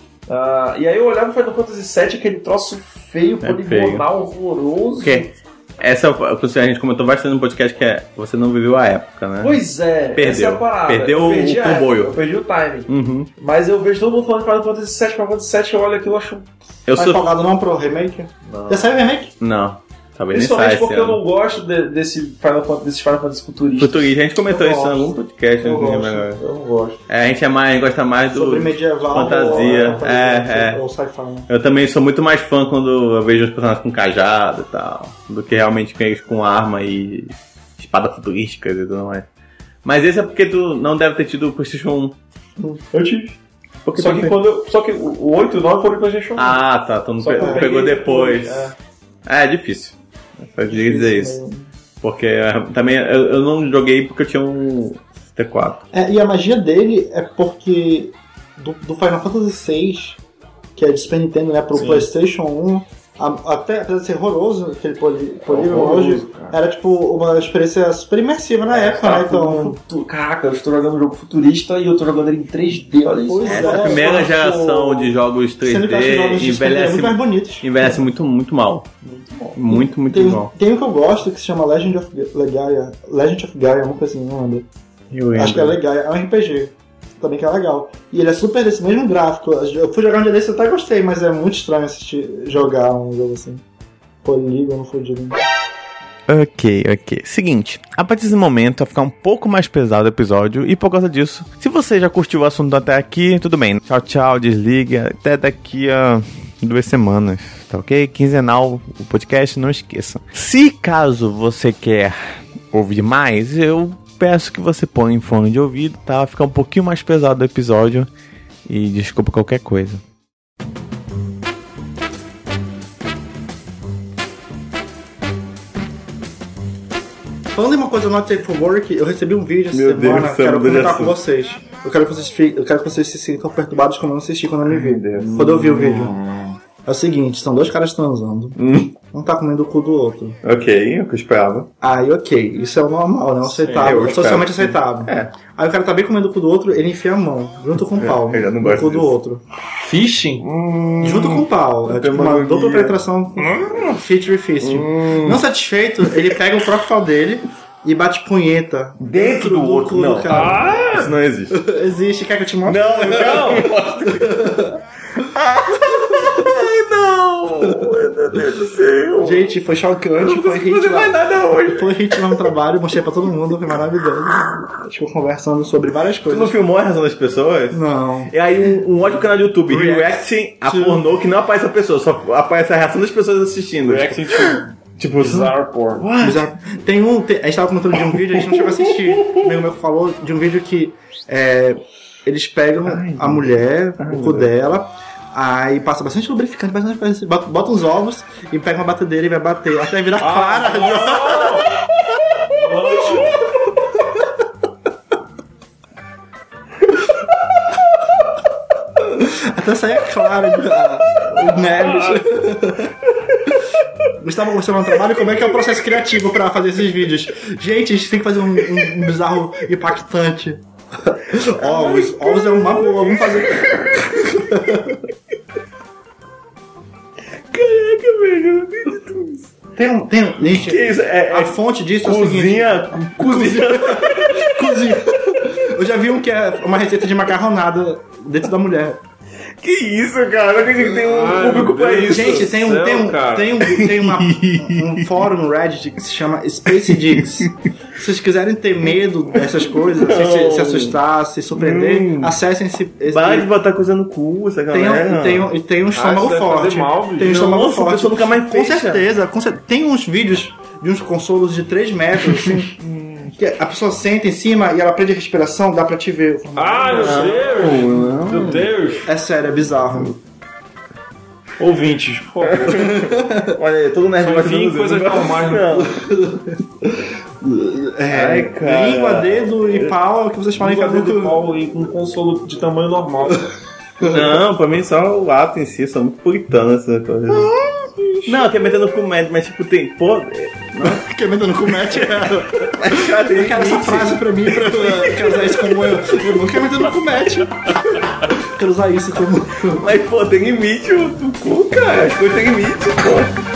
Ah, e aí eu olhava o Final Fantasy sete, aquele troço feio, É poligonal, horroroso. Porque essa a gente comentou bastante no podcast que é você não viveu a época, né? Pois é, Perdeu. essa é a parada. Perdeu Eu perdi o a época, comboio. Eu perdi o timing. Uhum. Mas eu vejo todo mundo falando de Final Fantasy sete, Final Fantasy sete, eu olho aquilo e acho... Eu Tá sou. empolgado não pro remake? Não. Já saiu o remake? Não, talvez nem saia Principalmente esse porque eu ano. não gosto de- desse Final Fantasy, desses Final Fantasy futuristas. Futurista, a gente comentou Eu isso em gosto. algum podcast. Eu não lembro gosto, agora. eu não gosto. É, a gente é mais, gosta mais do. Sobre medieval fantasia. ou, É, é. ou sci-fi, né? Eu também sou muito mais fã quando eu vejo os personagens com cajado e tal, do que realmente com eles com arma e espada futurística e tudo mais. Mas esse é porque tu não deve ter tido o PlayStation um. Eu tive. Porque Só tu que, tem- quando eu, só que o oito e o nove foram pro PlayStation um. Ah, tá, tu não Só que pe- eu pegou peguei depois. É. É, é difícil. Eu diria dizer isso. Difícil, né? Porque é, também eu, eu não joguei porque eu tinha um T quatro. É, e a magia dele é porque do, do Final Fantasy seis, que é de Super Nintendo, né, pro Sim. PlayStation um, a- até apesar de ser horroroso, aquele poli- polígono horroroso, hoje, cara. era tipo uma experiência super imersiva na época, Cara, né? Então, futu- Caraca, eu estou jogando um jogo futurista e eu estou jogando ele em três D, olha isso. Pois Essa é, primeira eu geração acho- de jogos sendo que eu acho os jogos três D de Super Nintendo envelhece, muito mais bonitos. envelhece muito, muito mal. Muito bom. Muito, muito Tem, mal. tem um que eu gosto que se chama Legend of Legaia. Legend of Gaia, uma coisa assim, não lembro. Eu Acho que é Legaia, é um R P G. Também que é legal. E ele é super desse mesmo gráfico. Eu fui jogar um dia desse e até gostei, mas é muito estranho assistir, jogar um jogo assim. Polígono fudido. Ok, ok. Seguinte, a partir desse momento vai ficar um pouco mais pesado o episódio e por causa disso, se você já curtiu o assunto até aqui, tudo bem. Tchau, tchau, desliga. Até daqui a duas semanas, tá ok? Quinzenal o podcast, não esqueçam. Se caso você quer ouvir mais, eu peço que você ponha em fone de ouvido, tá? Vai ficar um pouquinho mais pesado o episódio e desculpa qualquer coisa. Falando em uma coisa not safe for work, eu recebi um vídeo essa Meu semana, Deus, quero mudou de comentar com assunto. vocês. Eu quero que vocês, fi- eu quero que vocês se sintam perturbados como eu não assisti quando eu me vi. Deus. Quando eu vi o vídeo. É o seguinte, são dois caras transando. Um tá comendo o cu do outro. Ok, o que eu esperava. Aí, ok, isso é o normal, né? O aceitável, eu espero. socialmente aceitável. É. Aí o cara tá bem comendo o cu do outro, ele enfia a mão, junto com o pau, eu já não no gosto cu do disso. outro. Fishing? Junto com o pau. É tem tipo uma uma agonia. dupla penetração feature fist. Não satisfeito, ele pega o próprio pau dele e bate punheta Dentro do outro, cu não. do cara. Isso não existe. Existe, quer que eu te mostre? Não, não! Ai, não! Meu Deus Deus do céu. Gente, foi chocante. Foi hit. Não fazer mais nada hoje. Foi hit lá no trabalho, mostrei pra todo mundo, foi maravilhoso. A gente ficou conversando sobre várias Tu coisas. não filmou a reação das pessoas? Não. E aí um, um ótimo canal do YouTube, Reacting a pornô, que não aparece a pessoa, só aparece a reação das pessoas assistindo. Reacting to... Tipo, bizarre porn. Já, tem um. Tem, a gente tava comentando de um vídeo, a gente não chegou a assistir. Um amigo meu falou de um vídeo que é, eles pegam ai, a mulher, ai, o cu dela, aí passa bastante lubrificante, bastante coisa, bota, bota uns ovos e pega uma batedeira e vai bater. Até virar ah, clara. Oh, oh. Até sair clara o neves. Gustavo mostrando um trabalho, como é que é o processo criativo pra fazer esses vídeos? Gente, a gente tem que fazer um, um, um bizarro impactante. Ovos, ovos é uma boa, vamos fazer. Caraca, velho, tem um. Tem um gente, que isso? É, a é fonte disso cozinha, é o seguinte. Cozinha. Cozinha. Eu já vi um que é uma receita de macarronada dentro da mulher. Que isso, cara? Não acredito que tem um Ai, público pra isso. Gente, tem um, céu, tem um, tem um, tem uma, um fórum no Reddit que se chama Space Digs. Se vocês quiserem ter medo dessas coisas, se, se assustar, se surpreender, hum. acessem esse... esse Para de botar coisa no cu, essa galera. Tem um, tem, tem um estômago ah, forte. Mal, tem um estômago Nossa, forte. A pessoa nunca mais com certeza, com certeza. Tem uns vídeos de uns consolos de três metros, assim... que a pessoa senta em cima e ela prende a respiração, dá pra te ver. Ah, meu Deus! Não. Meu Deus! É sério, é bizarro. Ouvintes, por favor. Olha aí, todo nerd vai vir coisas normais. É, Ai, cara. Língua, dedo e pau é o que vocês falam em cada dedo e pau e com um consolo de tamanho normal. Não, pra mim só o ato em si, eu sou muito puritano essa coisa. Não, quer meter no cu médio, mas tipo, tem. Pô. Quer meter no cu médio, cara. Eu quero essa frase pra mim, pra quero usar isso como eu. Eu não quero meter no cu médio. Quero usar isso como. Mas, pô, tem limite o, o cu, cara. As coisas têm limite, pô.